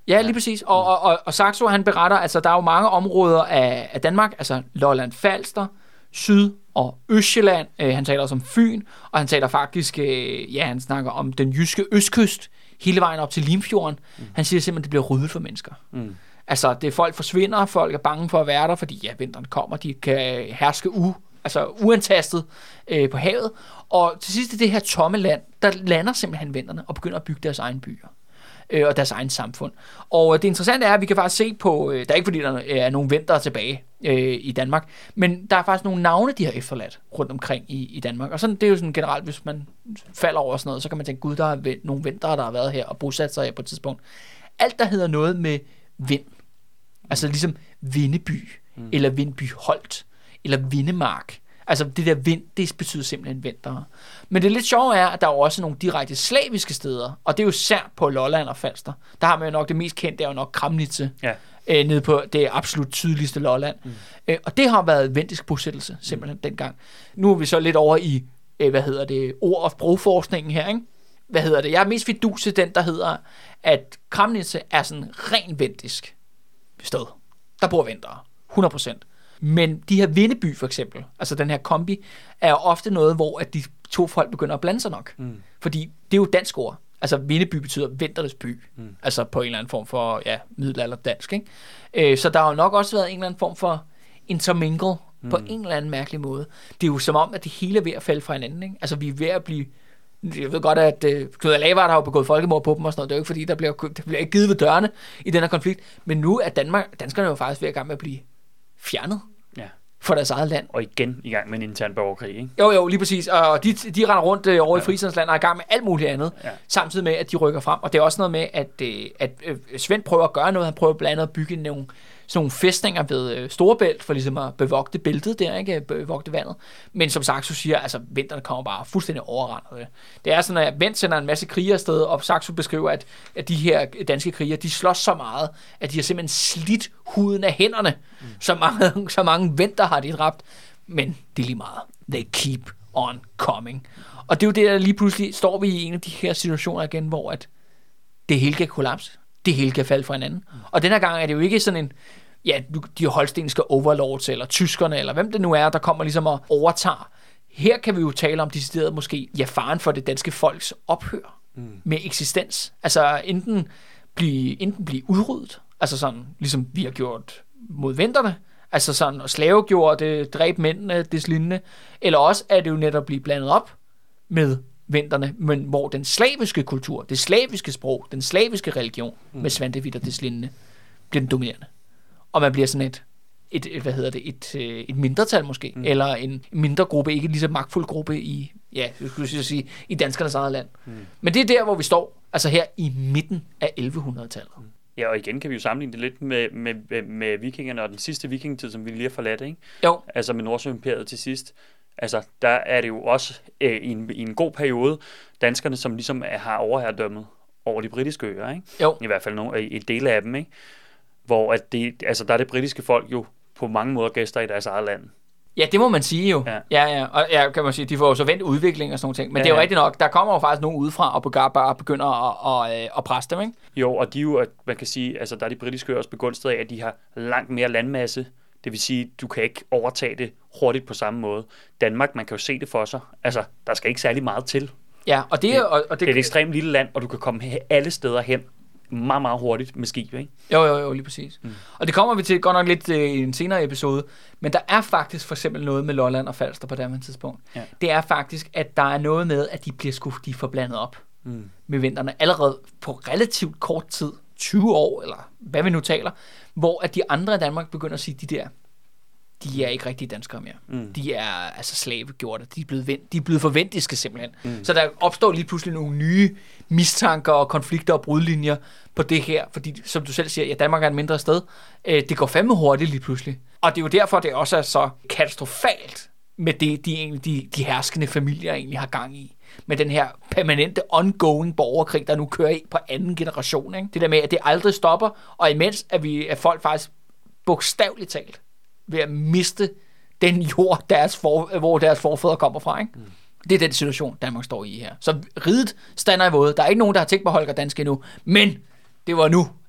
[SPEAKER 1] Ja, lige præcis. Og, og, og, og Saxo, han beretter, altså der er jo mange områder af, af Danmark, altså Lolland Falster, Syd- og Østjylland. Øh, han taler også om Fyn, og han taler faktisk, øh, ja, han snakker om den jyske østkyst, hele vejen op til Limfjorden. Mm. Han siger simpelthen, at det bliver ryddet for mennesker. Mm. Altså, det er folk forsvinder, folk er bange for at være der, fordi ja, vinteren kommer, de kan herske u, altså uantastet øh, på havet. Og til sidst i det her tomme land, der lander simpelthen vinterne og begynder at bygge deres egne byer øh, og deres egen samfund. Og det interessante er, at vi kan faktisk se på, øh, der er ikke fordi, der er nogen vintere tilbage øh, i Danmark, men der er faktisk nogle navne, de har efterladt rundt omkring i, i Danmark. Og sådan, det er jo sådan generelt, hvis man falder over sådan noget, så kan man tænke, gud, der er nogle vintere, der har været her og bosat sig her på et tidspunkt. Alt, der hedder noget med vind, mm. altså ligesom Vindeby, mm. eller Vindby Holt, eller Vindemark. Altså det der vind, det betyder simpelthen vinter. Men det lidt sjove er, at der er også nogle direkte slaviske steder, og det er jo især på Lolland og Falster. Der har man jo nok det mest kendte, det er jo nok Kramnitze, ja. øh, nede på det absolut tydeligste Lolland. Mm. Øh, og det har været vendisk bosættelse, simpelthen mm. dengang. Nu er vi så lidt over i, øh, hvad hedder det, ord- og sprogforskningen her, ikke? Hvad hedder det? Jeg er mest fidus til den, der hedder, at Kramnitze er sådan ren vendisk sted. Der bor ventere, hundrede procent. Men de her Vindeby for eksempel, altså den her kombi, er jo ofte noget, hvor at de to folk begynder at blande sig nok. Mm. Fordi det er jo dansk ord. Altså Vindeby betyder vinternes by. Mm. Altså på en eller anden form for, ja, middelalder dansk, ikke? Øh, så der har jo nok også været en eller anden form for intermingle mm. på en eller anden mærkelig måde. Det er jo som om, at det hele er ved at falde fra hinanden, ikke? Altså vi er ved at blive... Jeg ved godt, at uh, Knud og Lavard har jo begået folkemord på dem og sådan noget. Det er jo ikke fordi, der bliver, der bliver ikke givet ved dørene i den her konflikt. Men nu er Danmark, danskerne jo faktisk ved at gang med at blive fjernet. Ja. For deres eget land.
[SPEAKER 2] Og igen i gang med en intern borgerkrig, ikke?
[SPEAKER 1] Jo, jo, lige præcis. Og de, de render rundt øh, over ja. i Frieslands land og er i gang med alt muligt andet, ja. samtidig med, at de rykker frem. Og det er også noget med, at, øh, at øh, Svend prøver at gøre noget. Han prøver blandt andet at bygge nogle, sådan nogle fæstninger ved øh, Storebælt, for ligesom at bevogte bæltet der, ikke? Bevogte vandet. Men som Saxo siger, altså vinterne kommer bare fuldstændig overrendet. Det er sådan, at Vendt sender en masse krigere afsted, og Saxo beskriver, at, at de her danske krigere, de slås så meget, at de har simpelthen slidt huden af hænderne. Mm. Så mange, så mange venter har de dræbt. Men det er lige meget. They keep on coming. Og det er jo det, der lige pludselig står vi i en af de her situationer igen, hvor at det hele kan kollapse. Det hele kan falde fra hinanden. Mm. Og den her gang er det jo ikke sådan en, ja, de holstenske overlords, eller tyskerne, eller hvem det nu er, der kommer ligesom og overtager. Her kan vi jo tale om decideret måske, ja, faren for det danske folks ophør mm. med eksistens. Altså enten blive, enten blive udryddet, altså sådan, ligesom vi har gjort mod vinterne, altså sådan, og slavegjort det, dræb mændene, des lignende, eller også er det jo netop blive blandet op med vinterne, men hvor den slaviske kultur, det slaviske sprog, den slaviske religion mm. med Svantevit og des lignende, bliver den dominerende. Og man bliver sådan et, et, et hvad hedder det, et, et mindretal måske, mm. eller en mindre gruppe, ikke lige så magtfuld gruppe i, ja, jeg skulle sige, i danskernes eget land. Mm. Men det er der, hvor vi står, altså her i midten af elleve hundrede-tallet. Mm.
[SPEAKER 2] Ja, og igen kan vi jo sammenligne det lidt med, med, med, med vikingerne og den sidste vikingetid, som vi lige har forladt, ikke?
[SPEAKER 1] Jo.
[SPEAKER 2] Altså med Nordsøimperiet til sidst. Altså, der er det jo også øh, i, en, i en god periode, danskerne, som ligesom er, har overherredømmet over de britiske øer, ikke? Jo. I hvert fald nogle, i dele af dem, ikke? Hvor at det, altså, der er det britiske folk jo på mange måder gæster i deres eget land.
[SPEAKER 1] Ja, det må man sige jo. Ja, ja, ja. Og ja, kan man sige, de får jo så vendt udvikling og sådan nogle ting. Men ja, det er jo ja. rigtigt nok, der kommer jo faktisk nogen udefra og bare begynder at, at, at presse dem, ikke?
[SPEAKER 2] Jo, og de jo, man kan sige, altså der er de britiske øer også begunstiget af, at de har langt mere landmasse. Det vil sige, du kan ikke overtage det hurtigt på samme måde. Danmark, man kan jo se det for sig. Altså, der skal ikke særlig meget til.
[SPEAKER 1] Ja, og det,
[SPEAKER 2] det,
[SPEAKER 1] og, og det,
[SPEAKER 2] det er et ekstremt lille land, og du kan komme alle steder hen meget, meget hurtigt med skib, ikke?
[SPEAKER 1] Jo, jo, jo, lige præcis. Mm. Og det kommer vi til godt nok lidt øh, i en senere episode, men der er faktisk for eksempel noget med Lolland og Falster på det tidspunkt. Ja. Det er faktisk, at der er noget med, at de bliver sgu, de får blandet op mm. med vinterne allerede på relativt kort tid, tyve år, eller hvad vi nu taler, hvor at de andre i Danmark begynder at sige, de der, de er ikke rigtige danskere mere. Mm. De er altså slavegjorte. De er blevet, vendt, de er blevet forventiske simpelthen. Mm. Så der opstår lige pludselig nogle nye mistanker og konflikter og brudlinjer på det her. Fordi, som du selv siger, ja, Danmark er et mindre sted. Øh, det går fandme hurtigt lige pludselig. Og det er jo derfor, det også er så katastrofalt med det, de, de, de herskende familier egentlig har gang i. Med den her permanente ongoing borgerkrig, der nu kører i på anden generation. Ikke? Det der med, at det aldrig stopper. Og imens er, vi, er folk faktisk bogstaveligt talt ved at miste den jord, deres for, hvor deres forfædre kommer fra. Ikke? Mm. Det er den situation, Danmark står i her. Så riget stander i våde. Der er ikke nogen, der har tænkt på Holger Dansk endnu, men det var nu,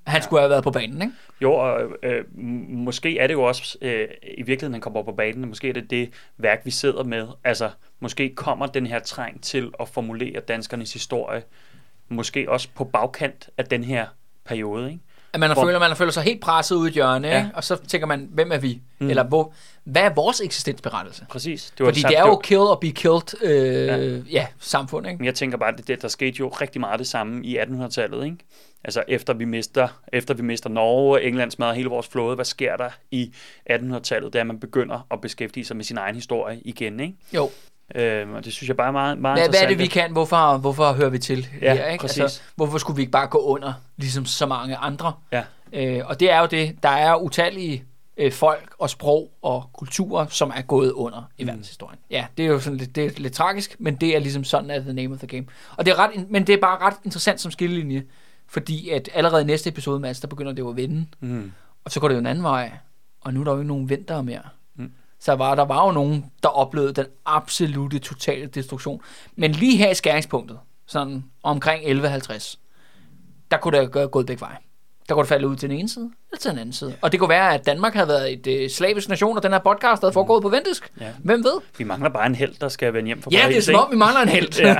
[SPEAKER 1] Han skulle have været på banen, ikke?
[SPEAKER 2] Jo, og øh, måske er det jo også øh, i virkeligheden, han kommer på banen, måske er det det værk, vi sidder med. Altså, måske kommer den her træng til at formulere danskernes historie, måske også på bagkant af den her periode, ikke?
[SPEAKER 1] At man,
[SPEAKER 2] Hvor...
[SPEAKER 1] føler, man føler sig helt presset ud i et hjørne,
[SPEAKER 2] ja.
[SPEAKER 1] ikke? Og så tænker man, hvem er vi? Mm. Eller hvor, hvad er vores eksistensberettelse?
[SPEAKER 2] Præcis. Det var
[SPEAKER 1] Fordi
[SPEAKER 2] det,
[SPEAKER 1] det er jo kill or be killed øh, ja. Ja, samfund, ikke?
[SPEAKER 2] Men jeg tænker bare, at det, der skete jo rigtig meget det samme i attenhundredetallet, ikke? Altså efter vi mister, efter vi mister Norge, England smadrer hele vores flåde, hvad sker der i attenhundredetallet, da man begynder at beskæftige sig med sin egen historie igen, ikke?
[SPEAKER 1] Jo.
[SPEAKER 2] Øhm, og det synes jeg bare er meget, meget
[SPEAKER 1] hvad,
[SPEAKER 2] interessant.
[SPEAKER 1] hvad er det, vi kan? Hvorfor, hvorfor hører vi til
[SPEAKER 2] ja,
[SPEAKER 1] her, ikke?
[SPEAKER 2] Præcis.
[SPEAKER 1] Altså, hvorfor skulle vi ikke bare gå under, ligesom så mange andre?
[SPEAKER 2] Ja.
[SPEAKER 1] Øh, og det er jo det, der er utallige øh, folk og sprog og kulturer, som er gået under i mm. verdenshistorien. Ja, det er jo sådan lidt, det er lidt tragisk, men det er ligesom sådan, at the name of the game. Og det er ret, men det er bare ret interessant som skillelinje, fordi at allerede i næste episode, Mads, der begynder det jo at vende, mm. og så går det jo en anden vej, og nu er der jo ikke nogen vinter mere. Mm. Så var, der var jo nogen, der oplevede den absolute, totale destruktion. Men lige her i skæringspunktet, sådan omkring elleve halvtreds, der kunne det gøre gået begge veje. Der kunne det falde ud til den ene side, eller til den anden side. Og det kunne være, at Danmark havde været et øh, slavisk nation, og den her podcast havde foregået på vendisk. Ja. Hvem ved?
[SPEAKER 2] Vi mangler bare en helt, der skal vende hjem fra
[SPEAKER 1] Ja,
[SPEAKER 2] Paris,
[SPEAKER 1] det er som om, vi mangler en helt. Ja.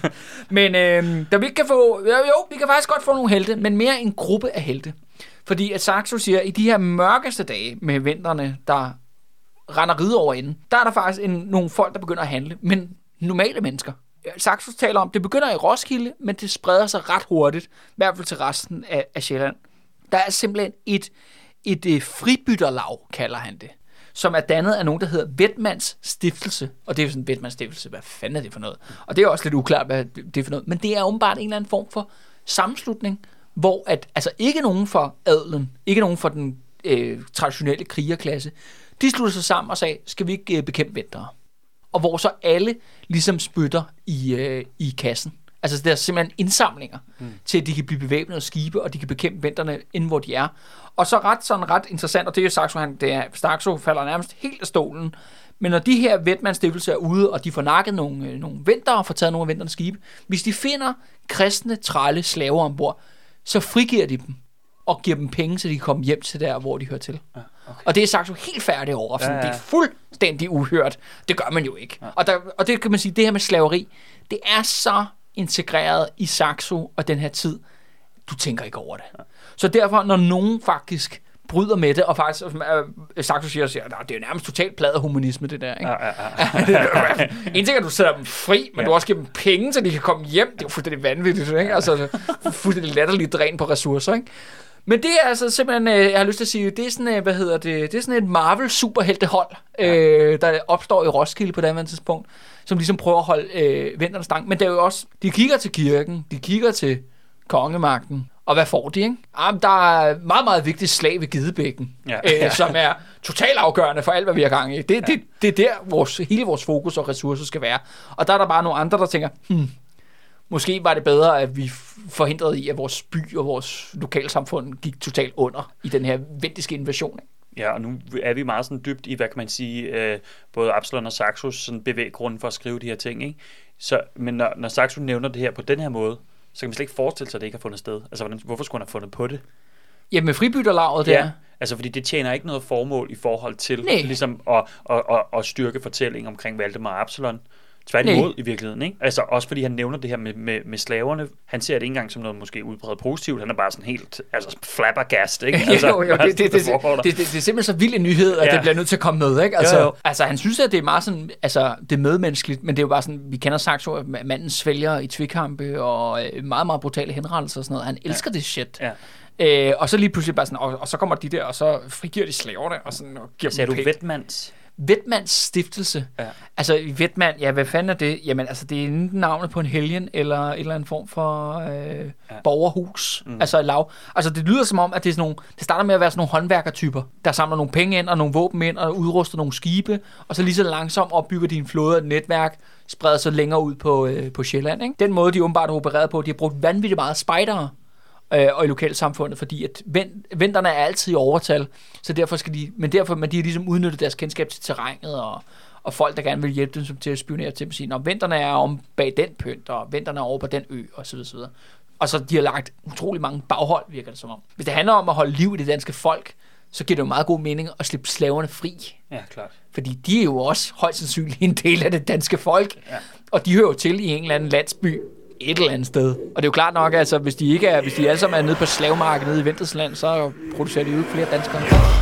[SPEAKER 1] Men øh, da vi ikke kan få... Jo, jo, vi kan faktisk godt få nogle helte, men mere en gruppe af helte. Fordi at Saxo siger, at i de her mørkeste dage med vintrene, der render ride over inden, der er der faktisk en, nogle folk, der begynder at handle. Men normale mennesker. Saxo taler om, det begynder i Roskilde, men det spreder sig ret hurtigt. I hvert fald til resten af, af Sjælland. Der er simpelthen et, et, et fribytterlag, kalder han det, som er dannet af nogen, der hedder Vetmans Stiftelse. Og det er jo sådan en Vetmans Stiftelse, hvad fanden er det for noget? Og det er også lidt uklart, hvad det er for noget. Men det er åbenbart en eller anden form for sammenslutning, hvor at, altså ikke nogen for adelen, ikke nogen for den øh, traditionelle krigerklasse, de slutter sig sammen og sagde, skal vi ikke øh, bekæmpe ventere? Og hvor så alle ligesom spytter i, øh, i kassen. Altså der er simpelthen indsamlinger mm. til, at de kan blive bevæbnet af skibe, og de kan bekæmpe venterne inden hvor de er. Og så ret sådan ret interessant, og det er jo Saxo, han, det er, Saxo falder nærmest helt af stolen. Men når de her Vetmans-stiftelser er ude, og de får nakket nogle, øh, nogle ventere og får taget nogle af venternes skibe, hvis de finder kristne, trælle, slaver ombord, så frigiver de dem og giver dem penge, så de kan komme hjem til der, hvor de hører til. Ja, okay. Og det er Saxo helt færdigt over. Sådan, ja, ja. Det er fuldstændig uhørt. Det gør man jo ikke. Ja. Og, der, og det kan man sige, det her med slaveri, det er så integreret i Saxo og den her tid, du tænker ikke over det. Ja. Så derfor, når nogen faktisk bryder med det, og faktisk, øh, Saxo siger, siger, det er jo nærmest totalt pladet humanisme, det der, ikke? Ja, ja, ja. En ting er, at du sætter dem fri, men ja. Du også giver dem penge, så de kan komme hjem. Det er jo fuldstændig vanvittigt, ikke? Altså, fuldstændig latterligt dræn på ressourcer, ikke? Men det er altså simpelthen, øh, jeg har lyst til at sige, det er sådan, øh, hvad hedder det, det er sådan et Marvel-superheltehold, øh, ja. Der opstår i Roskilde på det andet tidspunkt, som ligesom prøver at holde øh, venterne stang. Men det er jo også, de kigger til kirken, de kigger til kongemagten, og hvad får de, ikke? Jamen, der er meget, meget vigtigt slag ved Gidebækken, ja. øh, som er totalt afgørende for alt, hvad vi har gang i. Det, ja. det, det er der, vores, hele vores fokus og ressourcer skal være. Og der er der bare nogle andre, der tænker, hmm, måske var det bedre, at vi forhindrede i, at vores by og vores lokalsamfund gik totalt under i den her vendiske invasion.
[SPEAKER 2] Ja, og nu er vi meget sådan dybt i, hvad kan man sige, øh, både Absalon og Saxos sådan bevæggrunden for at skrive de her ting, ikke? Så, men når, når Saxo nævner det her på den her måde, så kan man slet ikke forestille sig, at det ikke har fundet sted. Altså, hvordan, hvorfor skulle han have fundet på det?
[SPEAKER 1] Ja, med fribytterlaget der.
[SPEAKER 2] Ja, altså fordi det tjener ikke noget formål i forhold til
[SPEAKER 1] Nej.
[SPEAKER 2] ligesom at, at, at, at styrke fortællingen omkring Valdemar og Absalon. Tværtimod i virkeligheden, ikke? Altså også fordi han nævner det her med, med, med slaverne. Han ser det ikke engang som noget måske udbredt positivt. Han er bare sådan helt altså, flabbergast, ikke? Altså,
[SPEAKER 1] jo, jo, det, det, det, det, det, det, det er simpelthen så vild en nyhed, at ja. Det bliver nødt til at komme med, ikke? Altså, jo, jo. altså han synes, at det er meget sådan, altså det er medmenneskeligt, men det er jo bare sådan, vi kender sagt at manden svælger i tvikkampe og meget, meget brutale henrettelser og sådan noget. Han elsker ja. Det shit. Ja. Øh, og så lige pludselig bare sådan, og, og så kommer de der, og så frigiver de slaverne, og sådan, og giver
[SPEAKER 2] dem
[SPEAKER 1] dem
[SPEAKER 2] penge. Vetmans?
[SPEAKER 1] Vetmans Stiftelse. Ja. Altså, Vetman, ja, hvad fanden er det? Jamen, altså, det er enten navnet på en helgen, eller en eller anden form for øh, ja. borgerhus. Mm. Altså, lav. Altså, det lyder som om, at det er sådan nogle, det starter med at være sådan nogle håndværkertyper, der samler nogle penge ind, og nogle våben ind, og udruster nogle skibe, og så lige så langsomt opbygger de en flåde og et netværk, spreder sig længere ud på, øh, på Sjælland, ikke? Den måde, de åbenbart har opereret på, de har brugt vanvittigt meget spejdere, øh, og i lokalsamfundet, fordi at venterne er altid i overtal, så derfor skal de, men derfor, men de har ligesom udnyttet deres kendskab til terrænet, og, og folk, der gerne vil hjælpe dem til at spionere til dem, sige, når venterne er om bag den pynt, og venterne er over på den ø, og så videre, så videre. Og så de har lagt utrolig mange baghold, virker det som om. Hvis det handler om at holde liv i det danske folk, så giver det jo meget god mening at slippe slaverne fri.
[SPEAKER 2] Ja, klart.
[SPEAKER 1] Fordi de er jo også højst sandsynligt en del af det danske folk.
[SPEAKER 2] Ja.
[SPEAKER 1] Og de hører jo til i en eller anden landsby et eller andet sted. Og det er jo klart nok, altså hvis de ikke er, hvis de alle sammen er nede på slavemarkedet nede i Vintersland, så producerer de jo ikke flere danskere.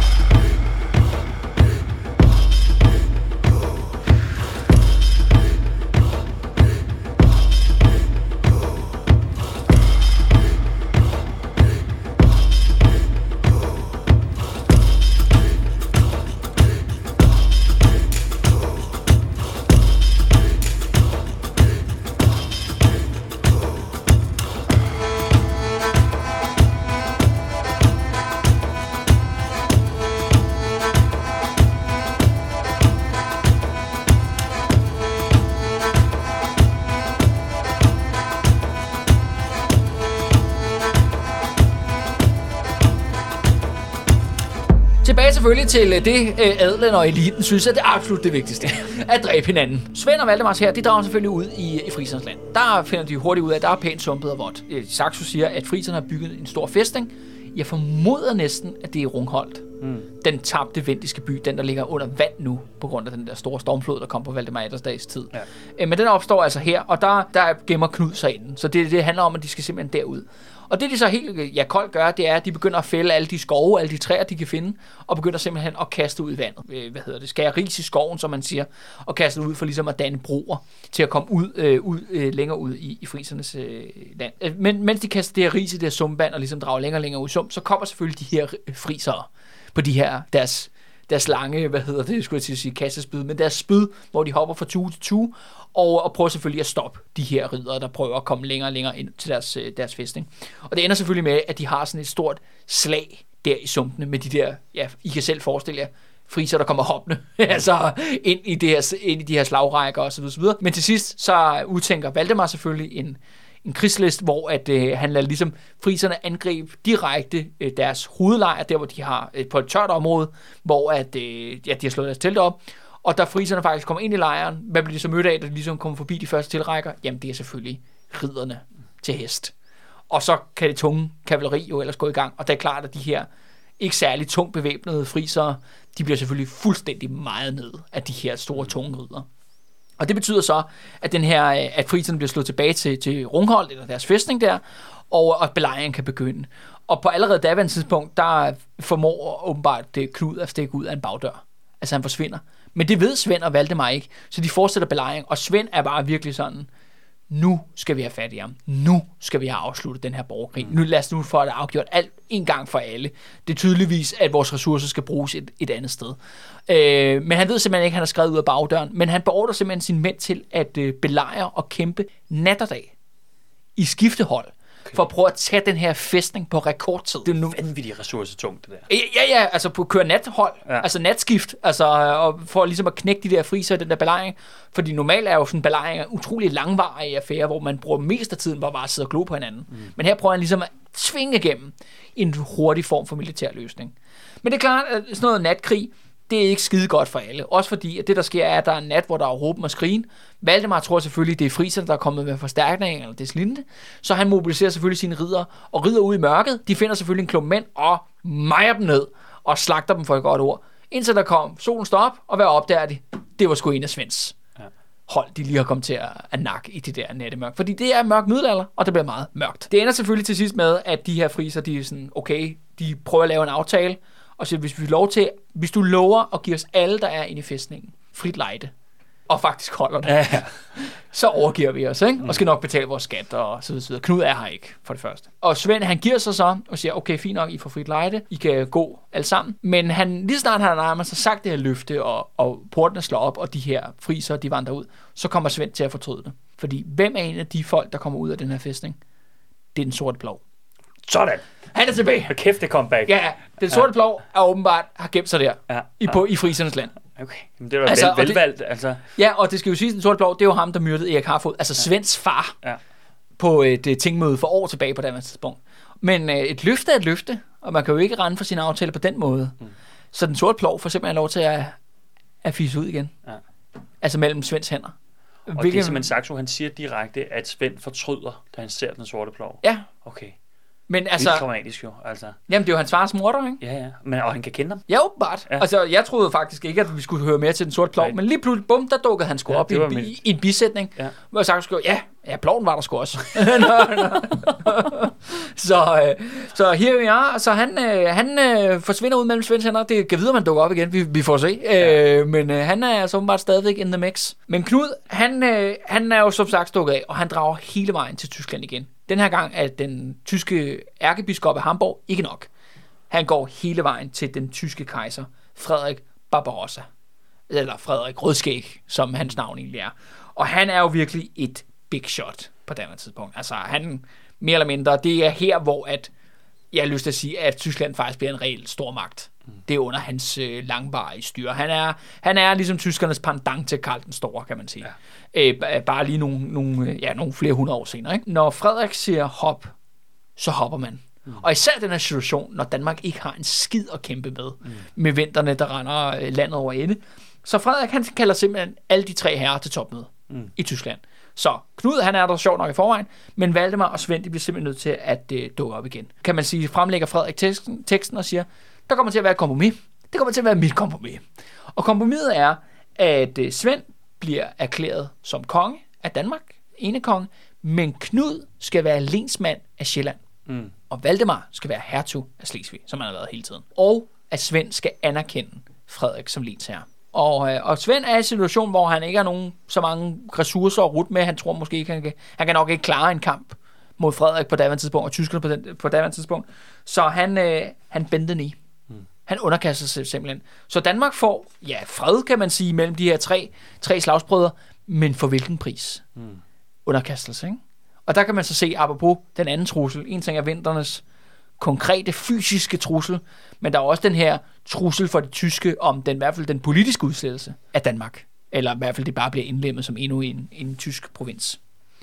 [SPEAKER 1] Tilbage selvfølgelig til det, adelen og eliten synes er det absolut det vigtigste. At dræbe hinanden. Svend og Valdemars her, de drager selvfølgelig ud i, i frisernes land. Der finder de hurtigt ud af, at der er pænt sumpet og vådt. Saxo siger, at friserne har bygget en stor fæstning. Jeg formoder næsten, at det er Rungholt. Mm. Den tabte vendiske by, den der ligger under vand nu, på grund af den der store stormflod, der kom på Valdemar Attersdags tid. Ja. Men den opstår altså her, og der, der gemmer Knud sig inden. Så det, det handler om, at de skal simpelthen derud. Og det de så helt ja, koldt gør, det er, at de begynder at fælde alle de skove, alle de træer, de kan finde, og begynder simpelthen at kaste ud i vandet. Hvad hedder det? Skære ris i skoven, som man siger, og kaste ud for ligesom at danne broer til at komme ud, øh, ud øh, længere ud i, i frisernes øh, land. Men mens de kaster det her ris i det her sumpvand og ligesom drager længere og længere ud i sump, så kommer selvfølgelig de her frisere på de her, deres, deres lange, hvad hedder det, skulle jeg sige, kastespyd, men deres spyd, hvor de hopper fra tue til tue, og, og prøver selvfølgelig at stoppe de her riddere, der prøver at komme længere og længere ind til deres, deres fæstning. Og det ender selvfølgelig med, at de har sådan et stort slag der i sumpene med de der, ja, I kan selv forestille jer, friser, der kommer hoppende, altså ind i, det her, ind i de her slagrækker og så videre, så videre. Men til sidst, så udtænker Valdemar selvfølgelig en, en krigslist, hvor at, øh, han lader ligesom friserne angribe direkte øh, deres hovedlejr, der hvor de har øh, på et tørt område, hvor at, øh, ja, de har slået deres telt op. Og da friserne faktisk kommer ind i lejren, hvad bliver de så mødt af, da de ligesom kommer forbi de første tilrækker? Jamen, det er selvfølgelig ridderne til hest. Og så kan det tunge kavaleri jo ellers gå i gang. Og det er klart, at de her ikke særlig tungt bevæbnede frisere, de bliver selvfølgelig fuldstændig meget ned af de her store, tunge riddere. Og det betyder så, at den her, at friserne bliver slået tilbage til, til Rungholt, eller deres fæstning der, og at belejringen kan begynde. Og på allerede daværende tidspunkt, der formår åbenbart Knud at stikke ud af en bagdør. Altså han forsvinder. Men det ved Svend og Valdemar ikke, så de fortsætter belejring, og Svend er bare virkelig sådan, nu skal vi have fat i ham. Nu skal vi have afsluttet den her borgerkrig. Nu lad os nu få det afgjort alt en gang for alle. Det er tydeligvis, at vores ressourcer skal bruges et, et andet sted. Øh, men han ved simpelthen ikke, at han har skrevet ud af bagdøren, men han beordrer simpelthen sine mænd til at øh, belejre og kæmpe nat og dag i skiftehold, for at prøve at tage den her fæstning på rekordtid.
[SPEAKER 2] Det er nu vanvittigt ressourcetungt, det der.
[SPEAKER 1] Ja, ja, altså på at køre nathold, ja. Altså natskift, altså og for ligesom at knække de der friser i den der belejring. Fordi normalt er jo sådan en belejring en utrolig langvarig affære, hvor man bruger mest af tiden bare at sidde og glo på hinanden. Mm. Men her prøver han ligesom at tvinge igennem en hurtig form for militær løsning. Men det er klart, at sådan noget natkrig, det er ikke skide godt for alle. Også fordi, at det der sker er, at der er en nat, hvor der er råben og skrigen. Valdemar tror selvfølgelig, det er friserne, der er kommet med forstærkning, eller det slinte. Så han mobiliserer selvfølgelig sine riddere, og rider ud i mørket. De finder selvfølgelig en klump mænd, og mejer dem ned, og slagter dem for et godt ord. Indtil der kom, solen står op, og hvad opdager de? Det var sgu en af Svends hold, de lige har kommet til at, at nakke i det der nattemørk. Fordi det er mørk middelalder, og det bliver meget mørkt. Det ender selvfølgelig til sidst med, at de her friser, de er sådan, okay, de prøver at lave en aftale, og så hvis vi lov til, hvis du lover at give os alle, der er inde i fæstningen, frit lejde, og faktisk holder det, ja, ja. Så overgiver vi os, ikke? Og skal nok betale vores skat og så videre. Knud er her ikke, for det første. Og Svend, han giver sig så og siger, okay, fint nok, I får frit lejde, I kan gå alle sammen. Men han, lige snart han har så sagt det her løfte, og, og portene slår op, og de her friser, de vandrer ud, så kommer Svend til at fortryde det. Fordi hvem er en af de folk, der kommer ud af den her fæstning? Det er den sorte plov.
[SPEAKER 2] Sådan.
[SPEAKER 1] Han er tilbage.
[SPEAKER 2] Og kæft, det comeback.
[SPEAKER 1] Ja, den sorte ja. plov er åbenbart har gemt sig der
[SPEAKER 2] ja.
[SPEAKER 1] i, på, i frisernes land.
[SPEAKER 2] Okay, men det var altså, vel, velvalgt.
[SPEAKER 1] Det,
[SPEAKER 2] altså.
[SPEAKER 1] Ja, og det skal jo sige, den sorte plov, det er jo ham, der myrdede Erik Harfod, altså ja. Svends far, ja. På et uh, tingmøde for år tilbage på det tidspunkt. Men uh, et løfte er et løfte, og man kan jo ikke rende for sine aftaler på den måde. Mm. Så den sorte plov får simpelthen lov til at, at fise ud igen. Ja. Altså mellem Svends hænder.
[SPEAKER 2] Og Hvilken... det er simpelthen Saxo, han siger direkte, at Svend fortryder, da han ser den sorte plov.
[SPEAKER 1] Ja.
[SPEAKER 2] Okay.
[SPEAKER 1] Men altså...
[SPEAKER 2] Det er dramatisk jo, altså.
[SPEAKER 1] Jamen, det er jo hans fars morder, ikke?
[SPEAKER 2] Ja, ja. Men, og han kan kende ham.
[SPEAKER 1] Ja, åbenbart. Ja. Altså, jeg troede faktisk ikke, at vi skulle høre mere til den sorte plov, men lige pludselig, bum, der dukkede han sgu ja, op i, min... i, i en bisætning, ja. Hvor jeg sagde, sgu, ja, ja, ploven var der sgu også. nå, nå. så, øh, så her vi er. Så han, øh, han øh, forsvinder ud mellem Svends hænder. Det kan videre, man dukker op igen. Vi, vi får se. Ja. Øh, men øh, han er altså åbenbart stadigvæk in the mix. Men Knud, han, øh, han er jo som sagt stukket af, og han drager hele vejen til Tyskland igen. Den her gang er den tyske ærkebiskop af Hamburg ikke nok. Han går hele vejen til den tyske kejser, Frederik Barbarossa. Eller Frederik Rødskæg, som hans navn egentlig er. Og han er jo virkelig et big shot på det tidspunkt. Altså han, mere eller mindre, det er her, hvor at, jeg har lyst til at sige, at Tyskland faktisk bliver en reel stormagt. Mm. Det er under hans øh, langvarige styre. Han er, han er ligesom tyskernes pendant til Karl den Store, kan man sige. Ja. Øh, bare lige nogle, nogle, ja, nogle flere hundrede år senere. Ikke? Når Frederik siger hop, så hopper man. Mm. Og især den her situation, når Danmark ikke har en skid at kæmpe med, mm. med vinterne, der render landet over ende. Så Frederik, han kalder simpelthen alle de tre herrer til topmøde mm. i Tyskland. Så Knud, han er der sjovt nok i forvejen, men Valdemar og Svend, de bliver simpelthen nødt til at øh, dukke op igen. Kan man sige, fremlægger Frederik teksten, teksten og siger, der kommer til at være et kompromis. Det kommer til at være mit kompromis. Og kompromiset er, at øh, Svend bliver erklæret som konge af Danmark, enekonge, men Knud skal være lensmand af Sjælland. Mm. Og Valdemar skal være hertug af Slesvig, som han har været hele tiden. Og at Svend skal anerkende Frederik som lensherre. Og, øh, og Svend er i en situation, hvor han ikke har nogen så mange ressourcer at rute med. Han tror måske ikke, han kan, han kan nok ikke klare en kamp mod Frederik på daværende tidspunkt, og tyskerne på, den, på daværende tidspunkt. Så han, øh, han bendte ned. Mm. Han underkaster sig simpelthen. Så Danmark får, ja, fred kan man sige, mellem de her tre, tre slagsbrødre, men for hvilken pris? Mm. Underkastelse, ikke? Og der kan man så se, apropos den anden trussel, en ting er vinternes konkrete fysiske trussel, men der er også den her trussel for det tyske om den, i hvert fald den politiske udslettelse af Danmark. Eller i hvert fald det bare bliver indlemmet som endnu en, en tysk provins.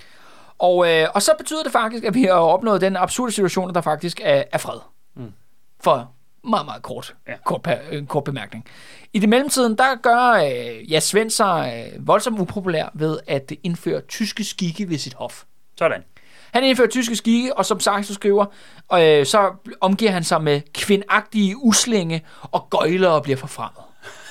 [SPEAKER 1] Og, øh, og så betyder det faktisk, at vi har opnået den absurde situation, at der faktisk er, er fred. Mm. For meget, meget kort, ja. kort, øh, kort bemærkning. I det mellemtiden, der gør øh, ja, Svend sig øh, voldsomt upopulær ved at indføre tyske skikke ved sit hof.
[SPEAKER 2] Sådan.
[SPEAKER 1] Han indfører tyske skikke, og som Saxo skriver, øh, så omgiver han sig med kvindagtige uslinge og gøjler og bliver forfremmet.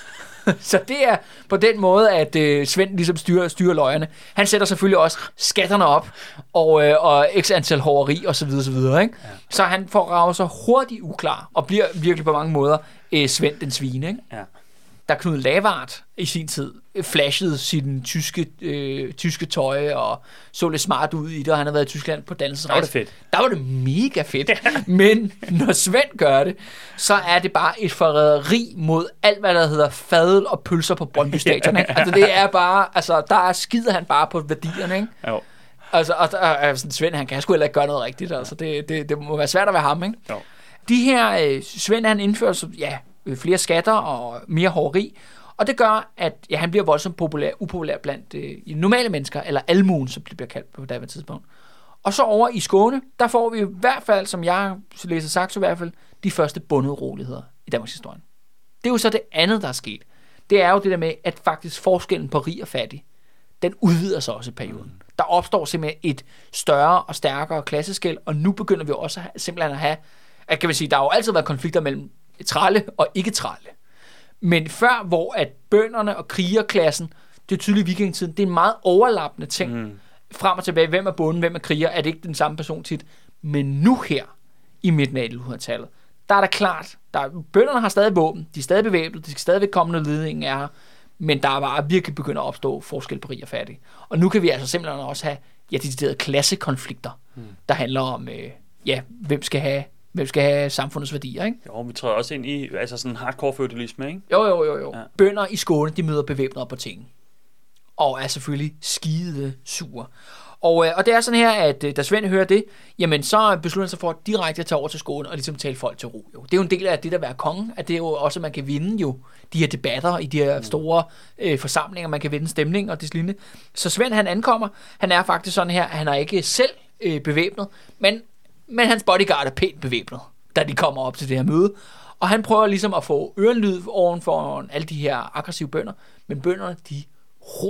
[SPEAKER 1] Så det er på den måde, at øh, Svend ligesom styrer, styrer løjerne. Han sætter selvfølgelig også skatterne op, og, øh, og x antal hoveri og så videre, så videre, ikke? Ja. Så han får raget sig hurtigt uklar, og bliver virkelig på mange måder øh, Svend den svine, ikke? Ja. Da Knud Lavard i sin tid flashede sin tyske, øh, tyske tøj og så lidt smart ud i det, og han har været i Tyskland på dannelsesrejse.
[SPEAKER 2] Der var det fedt.
[SPEAKER 1] Der var det mega fedt. Men når Svend gør det, så er det bare et forræderi mod alt, hvad der hedder fadel og pølser på Brøndby Stadion. Ikke? Altså det er bare, altså der skider han bare på værdierne, ikke? Jo. Altså, og, og, altså, Svend, han kan sgu heller ikke gøre noget rigtigt. Altså det, det, det må være svært at være ham, ikke? Jo. De her, øh, Svend, han indfører så, ja, flere skatter og mere hoveri, og det gør, at ja, han bliver voldsomt populær, upopulær blandt øh, normale mennesker, eller almuen, som det bliver kaldt på det tidspunkt. Og så over i Skåne, der får vi i hvert fald, som jeg læser Saxo i hvert fald, de første bunderoligheder i Danmarks historie. Det er jo så det andet, der er sket. Det er jo det der med, at faktisk forskellen på rig og fattig, den udvider sig også i perioden. Mm. Der opstår simpelthen et større og stærkere klasseskel, og nu begynder vi også at, simpelthen at have, at kan man sige, der har jo altid været konflikter mellem tralle og ikke-tralle. Men før, hvor at bønderne og krigerklassen, det er tydeligt i vikingetiden, det er en meget overlappende ting. Mm. Frem og tilbage, hvem er bonden, hvem er kriger, er det ikke den samme person tit. Men nu her, i midten af elleve-hundredetallet, der er der klart, der, bønderne har stadig våben, de er stadig bevæbnet, de skal stadigvæk komme, når ledningen er her, men der er bare virkelig begyndt at opstå forskel på rig og fattig. Og nu kan vi altså simpelthen også have, ja, deciderede klassekonflikter, mm. der handler om, øh, ja, hvem skal have Hvem skal have samfundets værdier, ikke?
[SPEAKER 2] Jo, vi træder også ind i altså sådan hardcore feudalisme, ikke?
[SPEAKER 1] Jo, jo, jo, jo. Ja. Bønder i Skåne, de møder bevæbnet op på ting. Og er selvfølgelig skide sure. Og, og det er sådan her, at da Svend hører det, jamen så beslutter han sig for at direkte tage over til Skåne og ligesom tale folk til ro. Jo. Det er jo en del af det at være konge, at det er jo også, at man kan vinde jo de her debatter i de her store øh, forsamlinger, man kan vinde stemning og det lignende. Så Svend, han ankommer, han er faktisk sådan her, han er ikke selv øh, bevæbnet, men Men hans bodyguard er pænt bevæbnet, da de kommer op til det her møde. Og han prøver ligesom at få ørenlyd oven for alle de her aggressive bønder. Men bønderne, de råber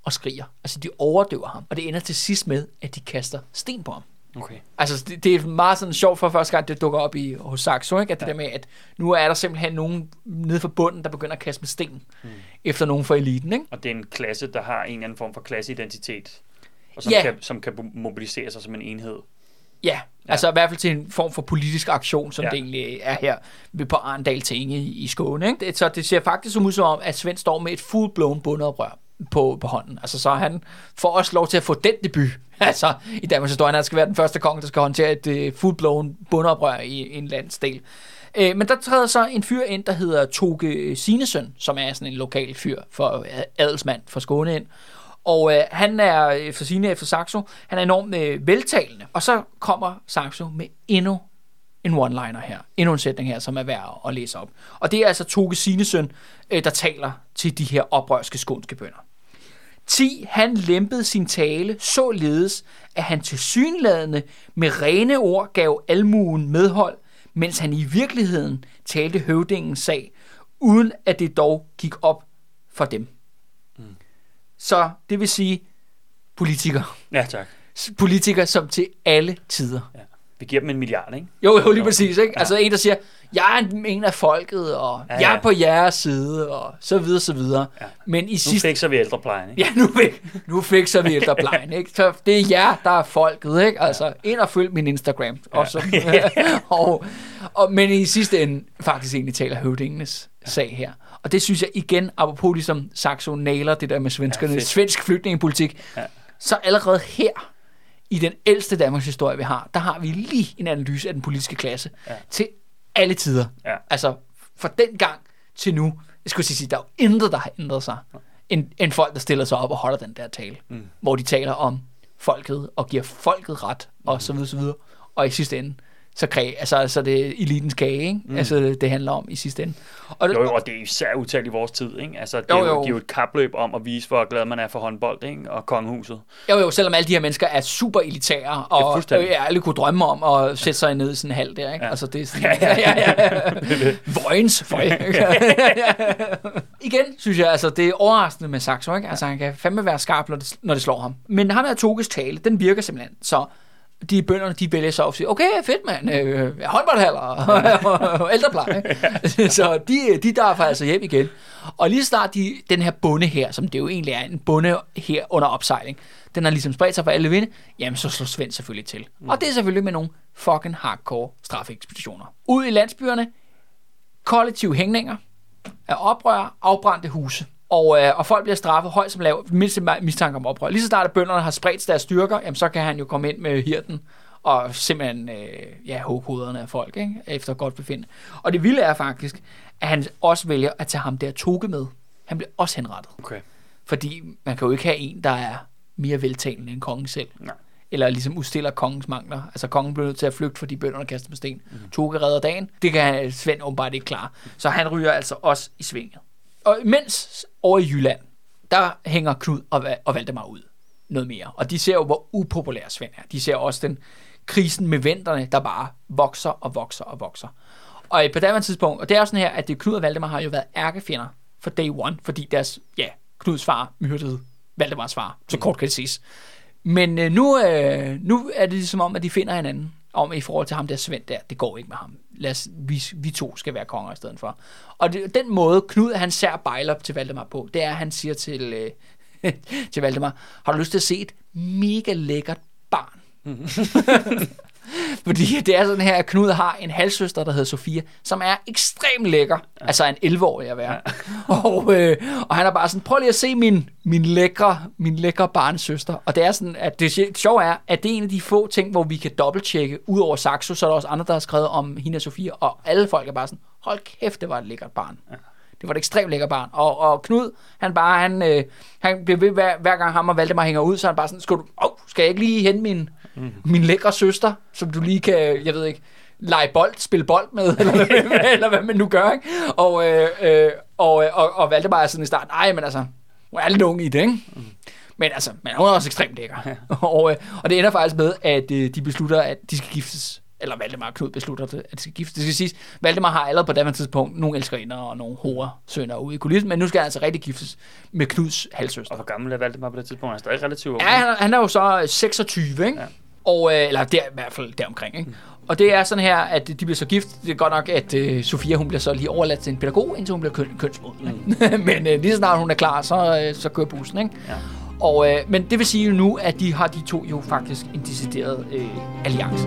[SPEAKER 1] og skriger. Altså, de overdøver ham. Og det ender til sidst med, at de kaster sten på ham.
[SPEAKER 2] Okay.
[SPEAKER 1] Altså, det, det er meget sådan sjovt for første gang, det dukker op i, hos Saxo, ikke? At det ja. der med, at nu er der simpelthen nogen nede for bunden, der begynder at kaste med sten mm. efter nogen fra eliten, ikke?
[SPEAKER 2] Og det er en klasse, der har en eller anden form for klasseidentitet, og som,
[SPEAKER 1] ja.
[SPEAKER 2] kan, som kan mobilisere sig som en enhed.
[SPEAKER 1] Ja, ja, altså i hvert fald til en form for politisk aktion, som ja. det egentlig er her ved på Arndal Tinge i, i Skåne, ikke? Det, så det ser faktisk ud som om, at Svend står med et full-blown bundeoprør på, på hånden. Altså så han får også lov til at få den debut. Altså i Danmarks historie, han skal være den første konge, der skal håndtere et uh, full-blown bundeoprør i, i en landsdel. Uh, men der træder så en fyr ind, der hedder Toge Sinesøn, som er sådan en lokal fyr for adelsmand fra Skåne ind. Og øh, han er, efter sine efter Saxo, han er enormt øh, veltalende. Og så kommer Saxo med endnu en one-liner her. Endnu en sætning her, som er værd at læse op. Og det er altså Toge Sinesøn, øh, der taler til de her oprørske skånske bønder. ti. Han lempede sin tale således, at han tilsyneladende med rene ord gav almuen medhold, mens han i virkeligheden talte høvdingens sag, uden at det dog gik op for dem. Mm. Så det vil sige politikere.
[SPEAKER 2] Ja, tak.
[SPEAKER 1] Politikere som til alle tider.
[SPEAKER 2] Ja. Vi giver dem en milliard, ikke?
[SPEAKER 1] Jo, jo, lige præcis, ikke? Ja. Altså en, der siger, jeg er en af folket, og ja, ja. jeg er på jeres side, og så videre, så videre. Ja. Men i
[SPEAKER 2] nu
[SPEAKER 1] sidste...
[SPEAKER 2] fikser vi ældreplejen, ikke?
[SPEAKER 1] Ja, nu, fik... nu fikser vi ældreplejen, ikke? Så det er jer, der er folket, ikke? Altså, ja. ind og følg min Instagram. Ja. Og så... og, og, men i sidste ende, faktisk egentlig taler høvdingenes ja. sag her. Og det synes jeg igen, apropos ligesom Saxo nailer det der med svenskerne, ja, svensk flygtningepolitik, ja. så allerede her, i den ældste Danmarks historie, vi har, der har vi lige en analyse af den politiske klasse ja. til alle tider. Ja. Altså, fra den gang til nu, jeg skulle sige, der er jo intet, der har ændret sig, ja. end, end folk, der stiller sig op og holder den der tale, mm. hvor de taler om folket, og giver folket ret, og mm. så videre, så videre. Og i sidste ende, så, kræ, altså, altså det er elitens kage, ikke? Mm. Altså, det handler om i sidste ende. Og det,
[SPEAKER 2] jo, jo, og det er især udtalt i vores tid, ikke? Altså, det er jo, jo. De er jo et kapløb om at vise, hvor glad man er for håndbold, ikke? Og kongehuset.
[SPEAKER 1] Jo, jo, selvom alle de her mennesker er super elitære, og ja, jeg aldrig kunne drømme om at sætte sig ned i sådan en hal der, ikke? Ja. Altså, det er sådan... Ja, ja, ja. ja. Vojens, for igen, synes jeg, altså, det er overraskende med Saxo, ikke? Altså, han kan fandme være skarp, når det, når det slår ham. Men ham her Toges tale, den virker simpelthen, så... De bønderne, de vælger så og siger, okay, fedt mand, øh, håndboldhaller og ældrepleje. Så de, de derfor altså hjem igen. Og lige snart de, den her bonde her, som det jo egentlig er en bonde her under opsejling, den har ligesom spredt sig for alle vinde, jamen så slår Svend selvfølgelig til. Mm. Og det er selvfølgelig med nogle fucking hardcore straffeekspeditioner. Ud i landsbyerne, kollektive hængninger af oprør, afbrændte huse. Og, øh, og folk bliver straffet højt som lav, mindst mistanke om oprør. Lige så snart at bønderne har spredt deres styrker, jamen, så kan han jo komme ind med hirten og simpelthen øh, ja, hugge hovederne af folk, ikke? Efter godt befinde. Og det vilde er faktisk, at han også vælger at tage ham der Toge med. Han bliver også henrettet. Okay. Fordi man kan jo ikke have en, der er mere veltalende end kongen selv. Nej. Eller ligesom udstiller kongens mangler. Altså kongen bliver nødt til at flygte, fordi bønderne kaster med sten. Mm-hmm. Toge redder dagen. Det kan Svend åbenbart ikke klare. Så han ryger altså også i svinget. Og mens over i Jylland, der hænger Knud og, og Valdemar ud noget mere. Og de ser jo, hvor upopulær Svend er. De ser også den krisen med venderne, der bare vokser og vokser og vokser. Og på det tidspunkt, og det er jo sådan her, at det Knud og Valdemar har jo været ærkefjender for day one, fordi deres, ja, Knuds far myrdede Valdemars far. Så kort kan det siges. Men øh, nu, øh, nu er det ligesom om, at de finder hinanden om i forhold til ham der Svend der. Det går ikke med ham. Lad os, vi, vi to skal være konger i stedet for. Og det, den måde, Knud han ser bejler til Valdemar på, det er, at han siger til, øh, til Valdemar, har du lyst til at se et mega lækkert barn? Fordi det er sådan her, at Knud har en halvsøster, der hedder Sofia, som er ekstremt lækker. Ja. Altså en elleve-årig at være. Ja. og, øh, og han er bare sådan, prøv lige at se min, min lækre, min lækre barnesøster. Og det er sådan, at det sjove er, at det er en af de få ting, hvor vi kan dobbelttjekke. Udover Saxo, så er der også andre, der har skrevet om hende og Sofia. Og alle folk er bare sådan, hold kæft, det var et lækkert barn. Ja. Det var et ekstremt lækkert barn. Og, og Knud, han bare, han, øh, han bliver ved, hver, hver gang ham og Valdemar hænger ud, så er han bare sådan, skal, du, oh, skal jeg ikke lige hente min, mm. min lækre søster, som du lige kan, jeg ved ikke, lege bold, spille bold med, eller, eller hvad man nu gør, ikke? Og, øh, øh, og, og, og Valdemar er sådan i starten, nej, men altså, hun er lidt ung i det, ikke? Mm. Men altså, men hun er også ekstremt lækker. Ja. og, øh, og det ender faktisk med, at øh, de beslutter, at de skal giftes. eller Valdemar og Knud beslutter, at det skal giftes. Det skal siges, Valdemar har allerede på det tidspunkt nogle elskerinder og nogle horer-sønner ude i kulissen, men nu skal han altså rigtig giftes med Knuds halvsøster.
[SPEAKER 2] Og hvor gammel er Valdemar på det tidspunkt? Han er stadig relativt ung.
[SPEAKER 1] Ja, han, han er jo så seksogtyve, ikke? Ja. Og, øh, eller der, i hvert fald deromkring, ikke? Mm. Og det er sådan her, at de bliver så gift. Det er godt nok, at øh, Sofia, hun bliver så lige overladt til en pædagog, indtil hun bliver køn, kønsmoden. Mm. Men øh, lige så snart hun er klar, så, øh, så kører bussen, ikke? Ja. Og, øh, men det vil sige nu, at de har de to jo faktisk en decideret øh, alliance.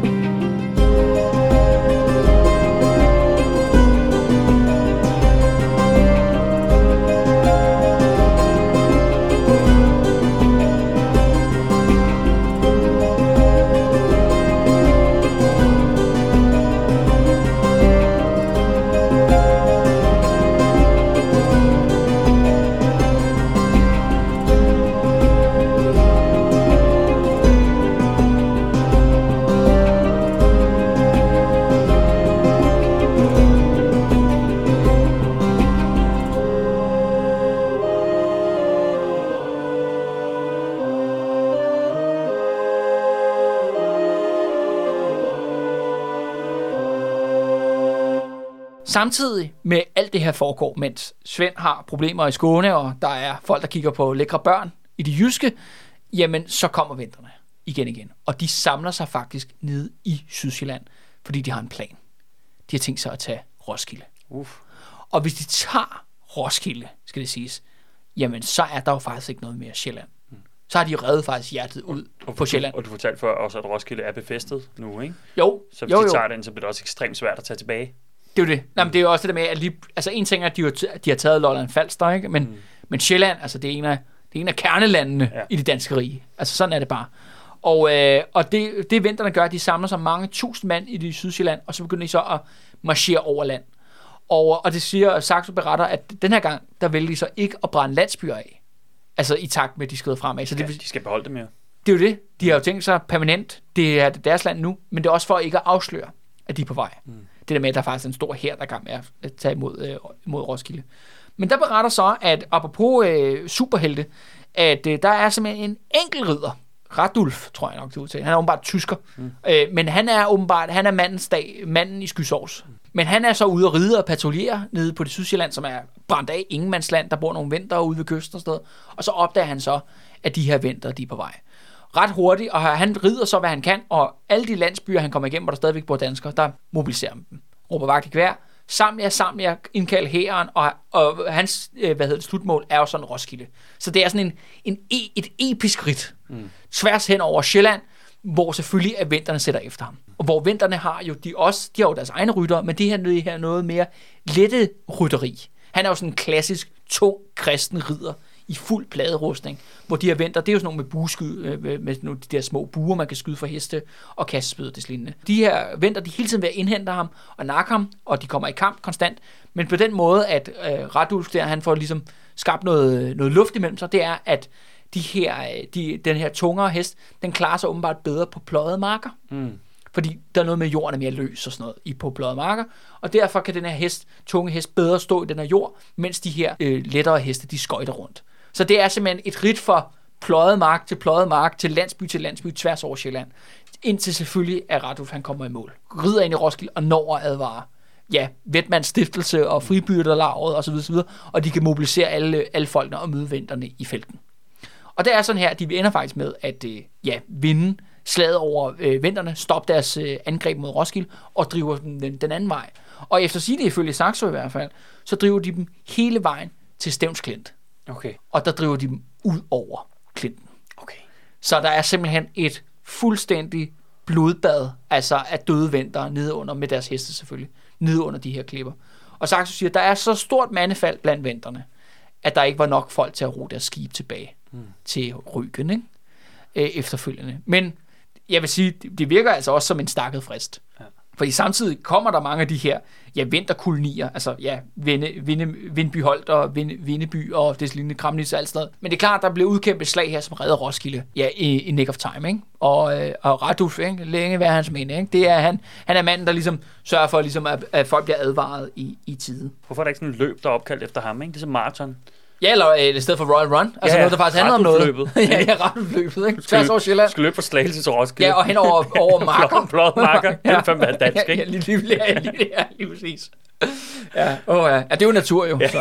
[SPEAKER 1] Samtidig med alt det her foregår, mens Svend har problemer i Skåne, og der er folk, der kigger på lækre børn i det jyske, jamen så kommer vintrene igen igen. Og de samler sig faktisk nede i Sydsjælland, fordi de har en plan. De har tænkt sig at tage Roskilde. Uf. Og hvis de tager Roskilde, skal det siges, jamen så er der jo faktisk ikke noget mere Sjælland. Så har de reddet faktisk hjertet ud
[SPEAKER 2] og,
[SPEAKER 1] på Sjælland.
[SPEAKER 2] Og du fortalte før også, at Roskilde er befæstet nu, ikke?
[SPEAKER 1] Jo.
[SPEAKER 2] Så hvis
[SPEAKER 1] jo,
[SPEAKER 2] de
[SPEAKER 1] jo.
[SPEAKER 2] tager den, så bliver det også ekstremt svært at tage tilbage.
[SPEAKER 1] Det er jo det. Nej, men det er jo også det der med, at lige, altså en ting er, at de, de har taget Lolland Falster, ikke? Men, mm. men Sjælland, altså det er en af, det er en af kernelandene ja. i det danske rige. Altså sådan er det bare. Og, øh, og det, det vinterne gør, at de samler sig mange tusind mand i det Sydsjælland, og så begynder de så at marchere over land. Og, og det siger, Saxo beretter, at den her gang, der vælger de så ikke at brænde landsbyer af. Altså i takt med, at de skrider fremad. Så det,
[SPEAKER 2] ja, de skal beholde det mere.
[SPEAKER 1] Det er jo det. De har jo tænkt sig permanent. Det er deres land nu, men det er også for ikke at afsløre, at de er på vej. Mm. Det der med, at der er faktisk en stor hær, der er gang med at tage imod, øh, imod Roskilde. Men der beretter så, at apropos øh, superhelte, at øh, der er simpelthen en enkelt ridder, Radulf, tror jeg nok det udtaler. Han er åbenbart tysker, mm. øh, men han er åbenbart, han er mandens dag, manden i skysovs. Mm. Men han er så ude at ride og patruljere nede på det Sydsjælland, som er brændt af ingenmandsland. Der bor nogle ventere ude ved kysten og sted. Og så opdager han så, at de her ventere, de er på vej. Ret hurtigt, og han rider så, hvad han kan, og alle de landsbyer, han kommer igennem, hvor der stadigvæk bor danskere, der mobiliserer dem. Råber vagt i gevær, saml jer, saml jer, indkald hæren, og, og hans øh, hvad hedder det, slutmål er jo sådan Roskilde. Så det er sådan en, en e, et episk ridt, mm. tværs hen over Sjælland, hvor selvfølgelig er vinterne sætter efter ham. Og hvor vinterne har jo, de også, de har jo deres egne rytter, men det her, det her noget mere lette rytteri. Han er jo sådan en klassisk, tung, kristen ridder, i fuld pladerustning, hvor de her venter, det er jo sådan nogle med bueskud, med, med nogle de der små buer, man kan skyde for heste og kastespyd og det lignende. De her venter, de hele tiden ved at indhente ham og nakke ham, og de kommer i kamp konstant, men på den måde, at øh, Radulf der, han får ligesom skabt noget, noget luft imellem sig, det er, at de her, de, den her tungere hest, den klarer sig åbenbart bedre på pløjede marker. Mm. Fordi der er noget med, jorden er mere løs og sådan noget i på pløjede marker, og derfor kan den her hest, tunge hest bedre stå i den her jord, mens de her øh, lettere heste, de skøjter rundt. Så det er simpelthen et ridt fra pløjet mark til pløjet mark, til landsby til landsby, tværs over Sjælland. Indtil selvfølgelig er Radulf, han kommer i mål. Rider ind i Roskilde og når at advare. Ja, Vetmands stiftelse og fribyrderlaget og så videre, så videre, og de kan mobilisere alle, alle folkene og møde venterne i felten. Og det er sådan her, de ender faktisk med at ja, vinde slaget over øh, venterne, stoppe deres øh, angreb mod Roskilde og driver dem den, den anden vej. Og efter sige det ifølge Saxo i hvert fald, så driver de dem hele vejen til Stevns Klint.
[SPEAKER 2] Okay.
[SPEAKER 1] Og der driver de dem ud over Klinten.
[SPEAKER 2] Okay.
[SPEAKER 1] Så der er simpelthen et fuldstændig blodbad, altså af døde ventere nede under, med deres heste selvfølgelig, nede under de her klipper. Og Saxo siger, at der er så stort mandefald blandt venterne, at der ikke var nok folk til at ro deres skib tilbage mm. til Rügen, ikke? Øh, efterfølgende. Men jeg vil sige, det virker altså også som en stakket frist. Ja. Fordi samtidig kommer der mange af de her ja, vinterkolonier, altså ja, Vinde, Vinde, Vindbyholt og Vinde, Vindeby og det lignende Kramnitz og alt sådan noget. Men det er klart, der bliver udkæmpet slag her, som redder Roskilde ja, i, i nick of time, ikke? Og, øh, og Radulf, ikke? Længe være hans minde, ikke? Det er han, han er manden, der ligesom sørger for, ligesom, at, at folk bliver advaret i, i tide.
[SPEAKER 2] Hvorfor er der ikke sådan en løb, der er opkaldt efter ham, ikke? Det er som maraton.
[SPEAKER 1] Ja, eller øh, i stedet for Royal Run. Altså
[SPEAKER 2] ja,
[SPEAKER 1] noget, der faktisk handler om noget. ja, ja, Raduløbet, ikke? Tværs over Sjælland.
[SPEAKER 2] Skal løbe fra Slagelse til Roskilde.
[SPEAKER 1] Ja, og hen over, over marker.
[SPEAKER 2] Blot marker. Det er fandme dansk, ikke?
[SPEAKER 1] Ja, lige, lige, lige, lige, ja, lige præcis. Ja, oh, ja. ja, det er jo natur jo. Så.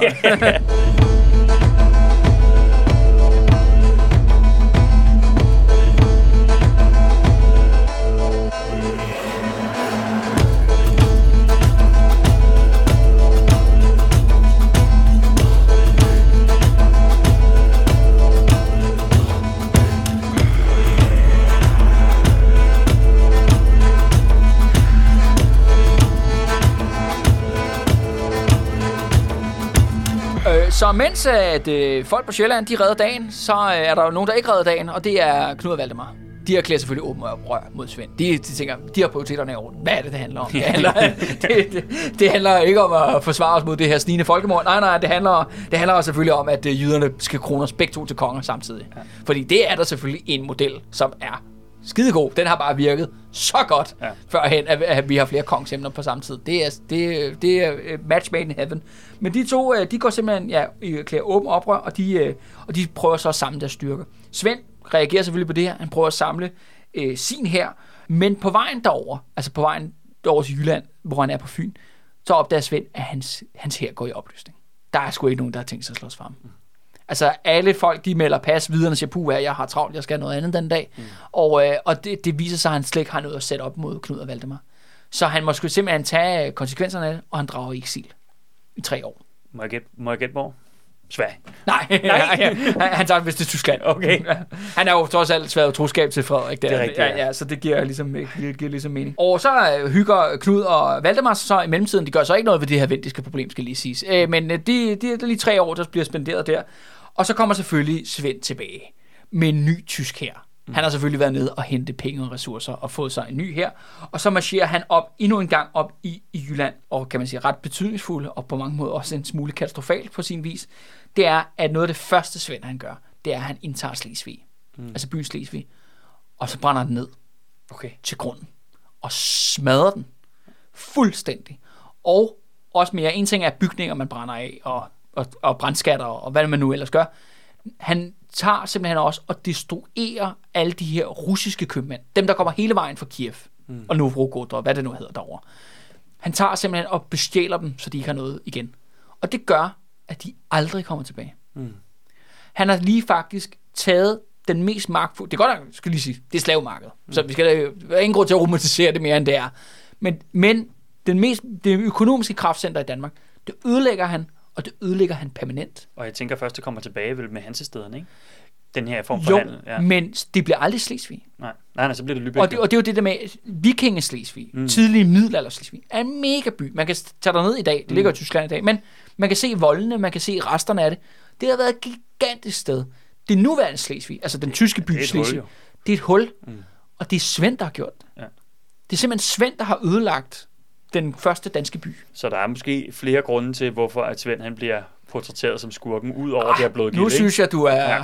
[SPEAKER 1] Så mens at, øh, folk på Sjælland, de redder dagen, så øh, er der jo nogen, der ikke redder dagen, og det er Knud og Valdemar. De erklærer selvfølgelig åben oprør mod Svend. De, de tænker, de har prioriteterne i orden. Hvad er det, det handler om? Det handler, det, det, det handler ikke om at forsvare os mod det her snigende folkemord. Nej, nej, det handler, det handler selvfølgelig om, at øh, jyderne skal krones begge to til konger samtidig. Ja. Fordi det er der selvfølgelig en model, som er skidegod. Den har bare virket så godt, ja. førhen, at, at vi har flere kongsemner på samme tid. Det er, det, det er match made in heaven. Men de to, de går simpelthen ja, erklærer åben oprør, og de, og de prøver så at samle deres styrker. Svend reagerer selvfølgelig på det her. Han prøver at samle øh, sin hær, men på vejen derover, altså på vejen derover til Jylland, hvor han er på Fyn, så opdager Svend, at hans, hans hær går i opløsning. Der er sgu ikke nogen, der har tænkt sig at slås frem. Mm. Altså alle folk, de melder pas videre og siger, puh, jeg har travlt, jeg skal noget andet den dag. Mm. Og, øh, og det, det viser sig, at han slet ikke har noget at sætte op mod Knud og Valdemar. Så han må sgu simpelthen tage konsekvenserne af det, og han drager i eksil i tre år.
[SPEAKER 2] Må jeg gætte, må jeg gætte hvor? Sverige.
[SPEAKER 1] Nej, Nej. ja, han, han tager vist til Tyskland.
[SPEAKER 2] Okay.
[SPEAKER 1] Han er jo trods alt svært troskab til Frederik. Der.
[SPEAKER 2] Det er rigtigt,
[SPEAKER 1] ja. Ja, så det giver ligesom, det giver ligesom mening. Og så hygger Knud og Valdemar så i mellemtiden. De gør så ikke noget ved det her vendiske problem, skal lige siges. Øh, men de, de, de er lige tre år, der bliver spenderet der. Og så kommer selvfølgelig Svend tilbage med en ny tysk hær. Mm. Han har selvfølgelig været nede og hente penge og ressourcer og fået sig en ny hær. Og så marcherer han op endnu en gang op i, i Jylland, og kan man sige ret betydningsfulde, og på mange måder også en smule katastrofalt på sin vis. Det er, at noget af det første Svend han gør, det er, at han indtager Slesvig. Mm. Altså byen Slesvig. Og så brænder den ned
[SPEAKER 2] okay.
[SPEAKER 1] til grunden. Og smadrer den fuldstændig. Og også mere, en ting er bygninger, man brænder af, og Og, og brandskatter, og hvad man nu ellers gør. Han tager simpelthen også og destruerer alle de her russiske købmænd. Dem, der kommer hele vejen fra Kiev mm. og Novgorod, og hvad det nu hedder derovre. Han tager simpelthen og bestjæler dem, så de ikke har noget igen. Og det gør, at de aldrig kommer tilbage. Mm. Han har lige faktisk taget den mest magtfulde... Det er godt, jeg skal lige sige, det er slavemarkedet. Mm. Så vi skal der er ingen grund til at romantisere det mere, end det er. Men, men den mest, det økonomiske kraftcenter i Danmark, det ødelægger han, og det ødelægger han permanent.
[SPEAKER 2] Og jeg tænker først, det kommer tilbage vel med Hansestederne, ikke? Den her form for
[SPEAKER 1] jo,
[SPEAKER 2] handel. Ja.
[SPEAKER 1] Men det bliver aldrig Slesvig.
[SPEAKER 2] Nej, nej, nej så bliver det Lübeck.
[SPEAKER 1] Og det, og det er jo det der med Vikinge-Slesvig, mm. tidlige middelalder-Slesvig, er en mega by. Man kan tage derned i dag, det ligger mm. i Tyskland i dag, men man kan se voldene, man kan se resterne af det. Det har været et gigantisk sted. Det nuværende Slesvig, altså den tyske by
[SPEAKER 2] det
[SPEAKER 1] Slesvig,
[SPEAKER 2] hul,
[SPEAKER 1] det er et hul, mm. og det er Svend, der har gjort det. Ja. Det er simpelthen Svend, der har ødelagt den første danske by.
[SPEAKER 2] Så der er måske flere grunde til, hvorfor at Svend han bliver portrætteret som skurken, ud over det her blodgilde.
[SPEAKER 1] Nu synes jeg, du er... Ja.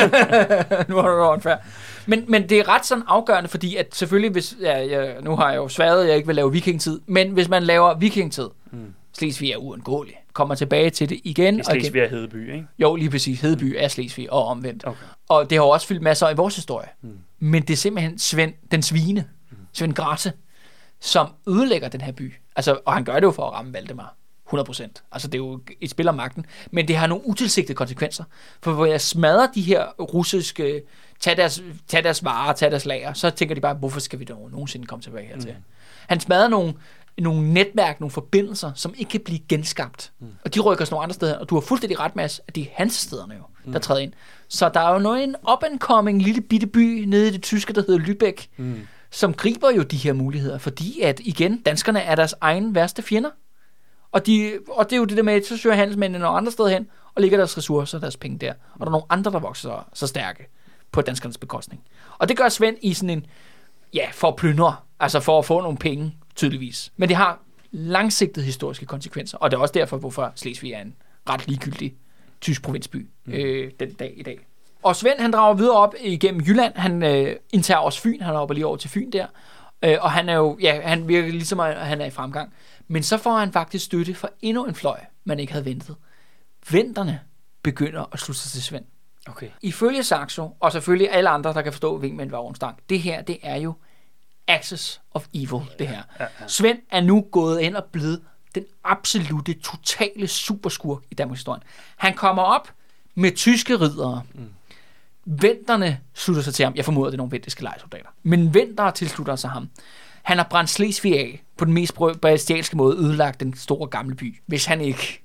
[SPEAKER 1] nu har du været unfair. Men, men det er ret sådan afgørende, fordi at selvfølgelig, hvis... Ja, jeg, nu har jeg jo sværet, at jeg ikke vil lave vikingtid, men hvis man laver vikingtid, mm. Slesvig er uundgåelig. Kommer tilbage til det igen.
[SPEAKER 2] Det er Slesvig er Hedeby, ikke?
[SPEAKER 1] Jo, lige præcis. Hedeby er Slesvig og omvendt.
[SPEAKER 2] Okay.
[SPEAKER 1] Og det har også fyldt masser i vores historie. Mm. Men det er simpelthen Svend, den svine, mm. Svend Græsse, som ødelægger den her by. Altså, og han gør det jo for at ramme Valdemar. hundrede procent. Altså, det er jo et spil om magten. Men det har nogle utilsigtede konsekvenser. For hvor jeg smadrer de her russiske, tag deres, tag deres varer, tag deres lager, så tænker de bare, hvorfor skal vi dog nogensinde komme tilbage hertil? Mm. Han smadrer nogle, nogle netværk, nogle forbindelser, som ikke kan blive genskabt. Mm. Og de rykker sig nogle andre steder. Og du har fuldstændig ret, Mads, at det er hans stederne jo, mm. der træder ind. Så der er jo noget, en up-and-coming lille bitte by nede i det tyske, der hedder Lübeck, mm. som griber jo de her muligheder, fordi at igen, danskerne er deres egen værste fjender. Og, de, og det er jo det der med, så søger handelsmændene nogle andre steder hen, og lægger deres ressourcer, deres penge der. Og der er nogle andre, der vokser så stærke på danskernes bekostning. Og det gør Svend i sådan en, ja, for at plyndre, altså for at få nogle penge, tydeligvis. Men det har langsigtede historiske konsekvenser, og det er også derfor, hvorfor Slesvig er en ret ligegyldig tysk provinsby mm. øh, den dag i dag. Og Svend, han drager videre op igennem Jylland, han øh, indtager også Fyn, han hopper lige over til Fyn der, øh, og han er jo, ja, han virker ligesom, at han er i fremgang. Men så får han faktisk støtte for endnu en fløj, man ikke havde ventet. Venderne, begynder at slutte sig til Svend.
[SPEAKER 2] Okay.
[SPEAKER 1] Ifølge Saxo, og selvfølgelig alle andre, der kan forstå vink med en vognstang, det her, det er jo Axis of Evil, det her. Ja, ja. Svend er nu gået ind og blevet den absolute, totale superskurk i Danmarks historie. Han kommer op med tyske riddere. Mm. Venderne slutter sig til ham. Jeg formoder, det er nogle vendiske lejesoldater. Men vendere tilslutter sig ham. Han har brændt Slesvig af på den mest bestialske måde, ødelagt den store gamle by, hvis han ikke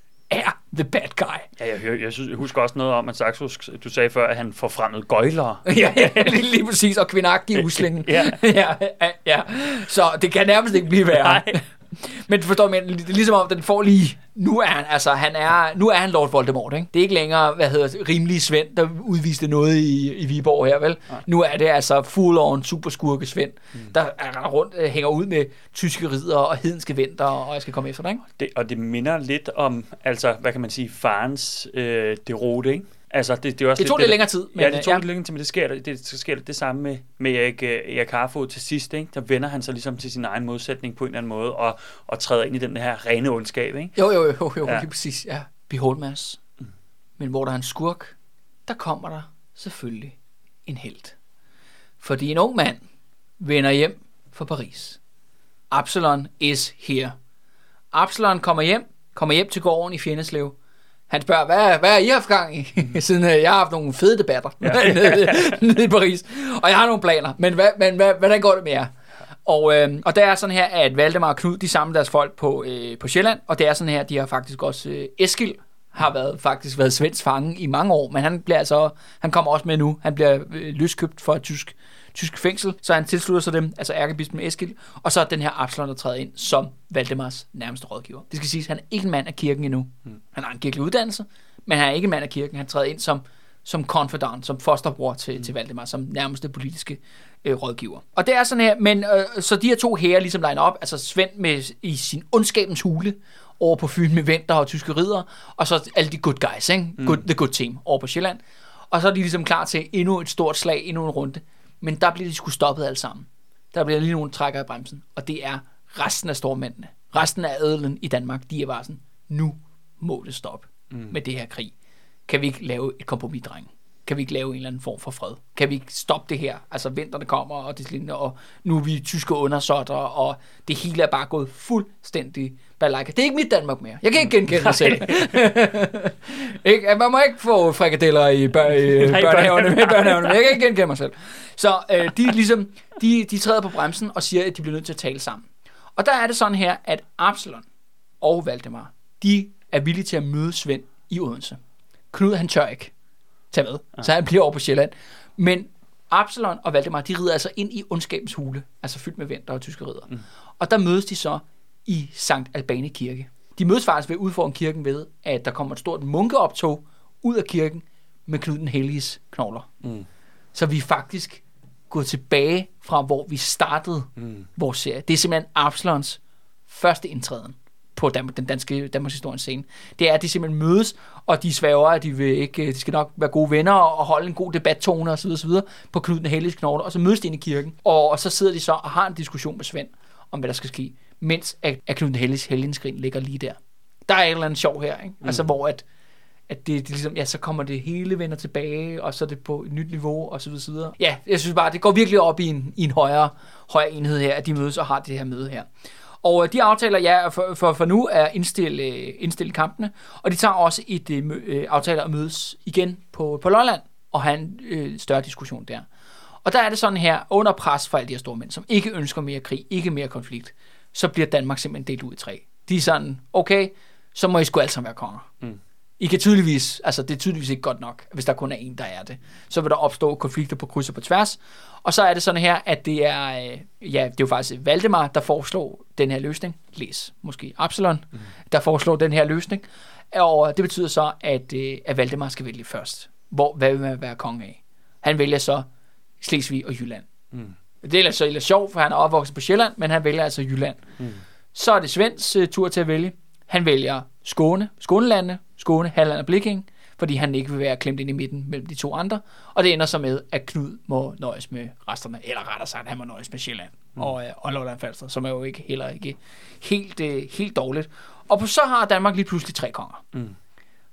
[SPEAKER 1] er the bad guy.
[SPEAKER 2] Ja, jeg, jeg, jeg, synes, jeg husker også noget om, at Saxo, du sagde før, at han forfremmede gøjlere.
[SPEAKER 1] ja, ja, lige, lige præcis, og kvindagtige uslingen.
[SPEAKER 2] ja.
[SPEAKER 1] ja, ja, ja. Så det kan nærmest ikke blive værre. Nej. Men du forstår, men det er ligesom om, den får lige... Nu er han, altså, han er, nu er han Lord Voldemort, ikke? Det er ikke længere, hvad hedder rimelige Svend, der udviste noget i, i Viborg her, vel? Nej. Nu er det altså full-on superskurke Svend, mm. der er rundt, øh, hænger ud med tyske ridere og hedenske venter, og jeg skal komme efter dig, ikke?
[SPEAKER 2] Det, og det minder lidt om, altså, hvad kan man sige, farens øh, deroute, ikke? Altså, det, det, er også
[SPEAKER 1] det tog lidt, lidt længere tid.
[SPEAKER 2] Men, ja, det tog ja. lidt længere tid, men det sker, det, det sker det samme med, med Erik, Erik Harfod til sidst. Ikke? Der vender han sig ligesom til sin egen modsætning på en eller anden måde, og, og træder ind i den her rene ondskab. Ikke?
[SPEAKER 1] Jo, jo, jo, jo ja. Lige præcis. Ja. Behold Mads. Mm. Men hvor der er en skurk, der kommer der selvfølgelig en helt. Fordi en ung mand vender hjem fra Paris. Absalon is here. Absalon kommer hjem, kommer hjem til gården i Fjendeslev. Han spørger, hvad, hvad er I haft gang i? Siden øh, jeg har haft nogle fede debatter ja. nede, nede i Paris. Og jeg har nogle planer, men, hvad, men hvad, hvordan går det med jer? Og, øh, og der er sådan her, at Valdemar og Knud, de samler deres folk på, øh, på Sjælland. Og det er sådan her, de har faktisk også... Øh, Eskild har været, faktisk været svensk fange i mange år, men han bliver altså, han kommer også med nu. Han bliver øh, løskøbt for et tysk, tysk fængsel, så han tilslutter sig dem, altså ærkebispen Eskild. Og så er den her Absalon, der træder ind som Valdemars nærmeste rådgiver. Det skal siges, han er ikke en mand af kirken endnu. Hmm. Han har en kirkelig uddannelse, men han er ikke en mand af kirken. Han træder ind som, som confidant, som fosterbror til, hmm. til Valdemar, som nærmeste politiske øh, rådgiver. Og det er sådan her, men øh, så de her to hære ligesom line op, altså Svend med i sin ondskabens hule, over på Fyn med venter og tyske ridere, og så alle de good guys, ikke? Good, mm. the good team, over på Sjælland. Og så er de ligesom klar til endnu et stort slag, endnu en runde. Men der bliver de sgu stoppet alle sammen. Der bliver lige nogle trækker i bremsen, og det er resten af stormændene. Resten af adelen i Danmark, de er bare sådan, nu må det stoppe mm. med det her krig. Kan vi ikke lave et kompromis, drenge? Kan vi ikke lave en eller anden form for fred? Kan vi ikke stoppe det her? Altså, vinterne kommer, og det lignende, og nu er vi tyske undersåtter, og det hele er bare gået fuldstændig balaka. Det er ikke mit Danmark mere. Jeg kan ikke genkende mig selv. ikke? Man må ikke få frikadeller i bør- børnehaverne med børnehaverne. Jeg kan ikke genkende mig selv. Så øh, de, ligesom, de, de træder på bremsen og siger, at de bliver nødt til at tale sammen. Og der er det sådan her, at Absalon og Valdemar, de er villige til at møde Svend i Odense. Knud, han tør ikke tage med, ja. Så han bliver over på Sjælland. Men Absalon og Valdemar, de rider altså ind i ondskabens hule, altså fyldt med venter og tyske ridder. Mm. Og der mødes de så i Sankt Albani Kirke. De mødes faktisk ved at udfordre kirken ved, at der kommer et stort munkeoptog ud af kirken med Knud den Helliges knogler. Mm. Så vi er faktisk gået tilbage fra, hvor vi startede mm. vores serie. Det er simpelthen Absalons første indtræden på den danske Danmarks historiens scene. Det er, at de simpelthen mødes, og de sværger, at de, vil ikke, de skal nok være gode venner og holde en god debattone osv. osv. på Knud den Helliges knogler, og så mødes de ind i kirken, og, og så sidder de så og har en diskussion med Svend om, hvad der skal ske, mens at, at Knud den Helliges helgenskrin ligger lige der. Der er et eller andet sjov her, ikke? Mm. Altså, hvor at, at det, det ligesom, ja, så kommer det hele vender tilbage, og så er det på et nyt niveau, og så videre, så videre. Ja, jeg synes bare, det går virkelig op i en, i en højere, højere enhed her, at de mødes og har det her møde her. Og de aftaler, ja, for, for, for nu er indstillet indstille kampene, og de tager også et øh, aftaler at mødes igen på, på Lolland, og have en øh, større diskussion der. Og der er det sådan her, under pres fra alle de her store mænd, som ikke ønsker mere krig, ikke mere konflikt, så bliver Danmark simpelthen delt ud i tre. De er sådan, okay, så må I sgu alle sammen være konger. Mm. I kan tydeligvis, altså det er tydeligvis ikke godt nok, hvis der kun er en, der er det. Så vil der opstå konflikter på kryds og på tværs. Og så er det sådan her, at det er, ja, det er jo faktisk Valdemar, der foreslår den her løsning. Læs måske Absalon, mm. der foreslår den her løsning. Og det betyder så, at, at Valdemar skal vælge først. Hvor, hvad vil man være konge af? Han vælger så Slesvig og Jylland. Mm. Det er så lidt sjovt, for han er opvokset på Sjælland, men han vælger altså Jylland. Mm. Så er det Svends uh, tur til at vælge. Han vælger Skåne, Skånelandene, Skåne, Halland og Blekinge, fordi han ikke vil være klemt ind i midten mellem de to andre. Og det ender så med, at Knud må nøjes med resterne, eller rettere sagt, han må nøjes med Sjælland mm. og, og Lolland Falster, som er jo ikke heller ikke helt, uh, helt dårligt. Og så har Danmark lige pludselig tre konger. Mm.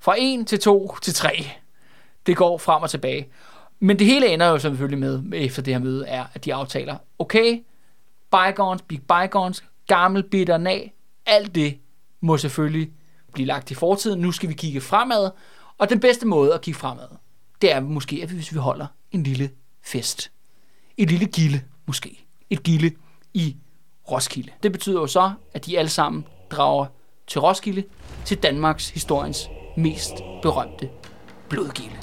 [SPEAKER 1] Fra en til to til tre. Det går frem og tilbage. Men det hele ender jo selvfølgelig med, efter det her møde, er, at de aftaler, okay, bygones, big bygones, gammel, bitter nag, alt det må selvfølgelig blive lagt i fortiden. Nu skal vi kigge fremad, og den bedste måde at kigge fremad, det er måske, at hvis vi holder en lille fest. Et lille gilde, måske. Et gilde i Roskilde. Det betyder jo så, at de alle sammen drager til Roskilde, til Danmarks historiens mest berømte blodgilde.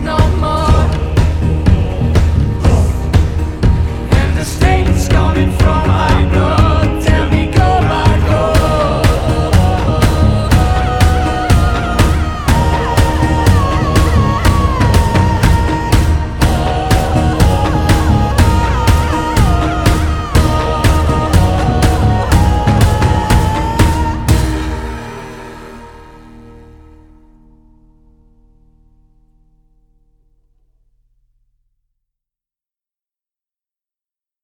[SPEAKER 3] Coming from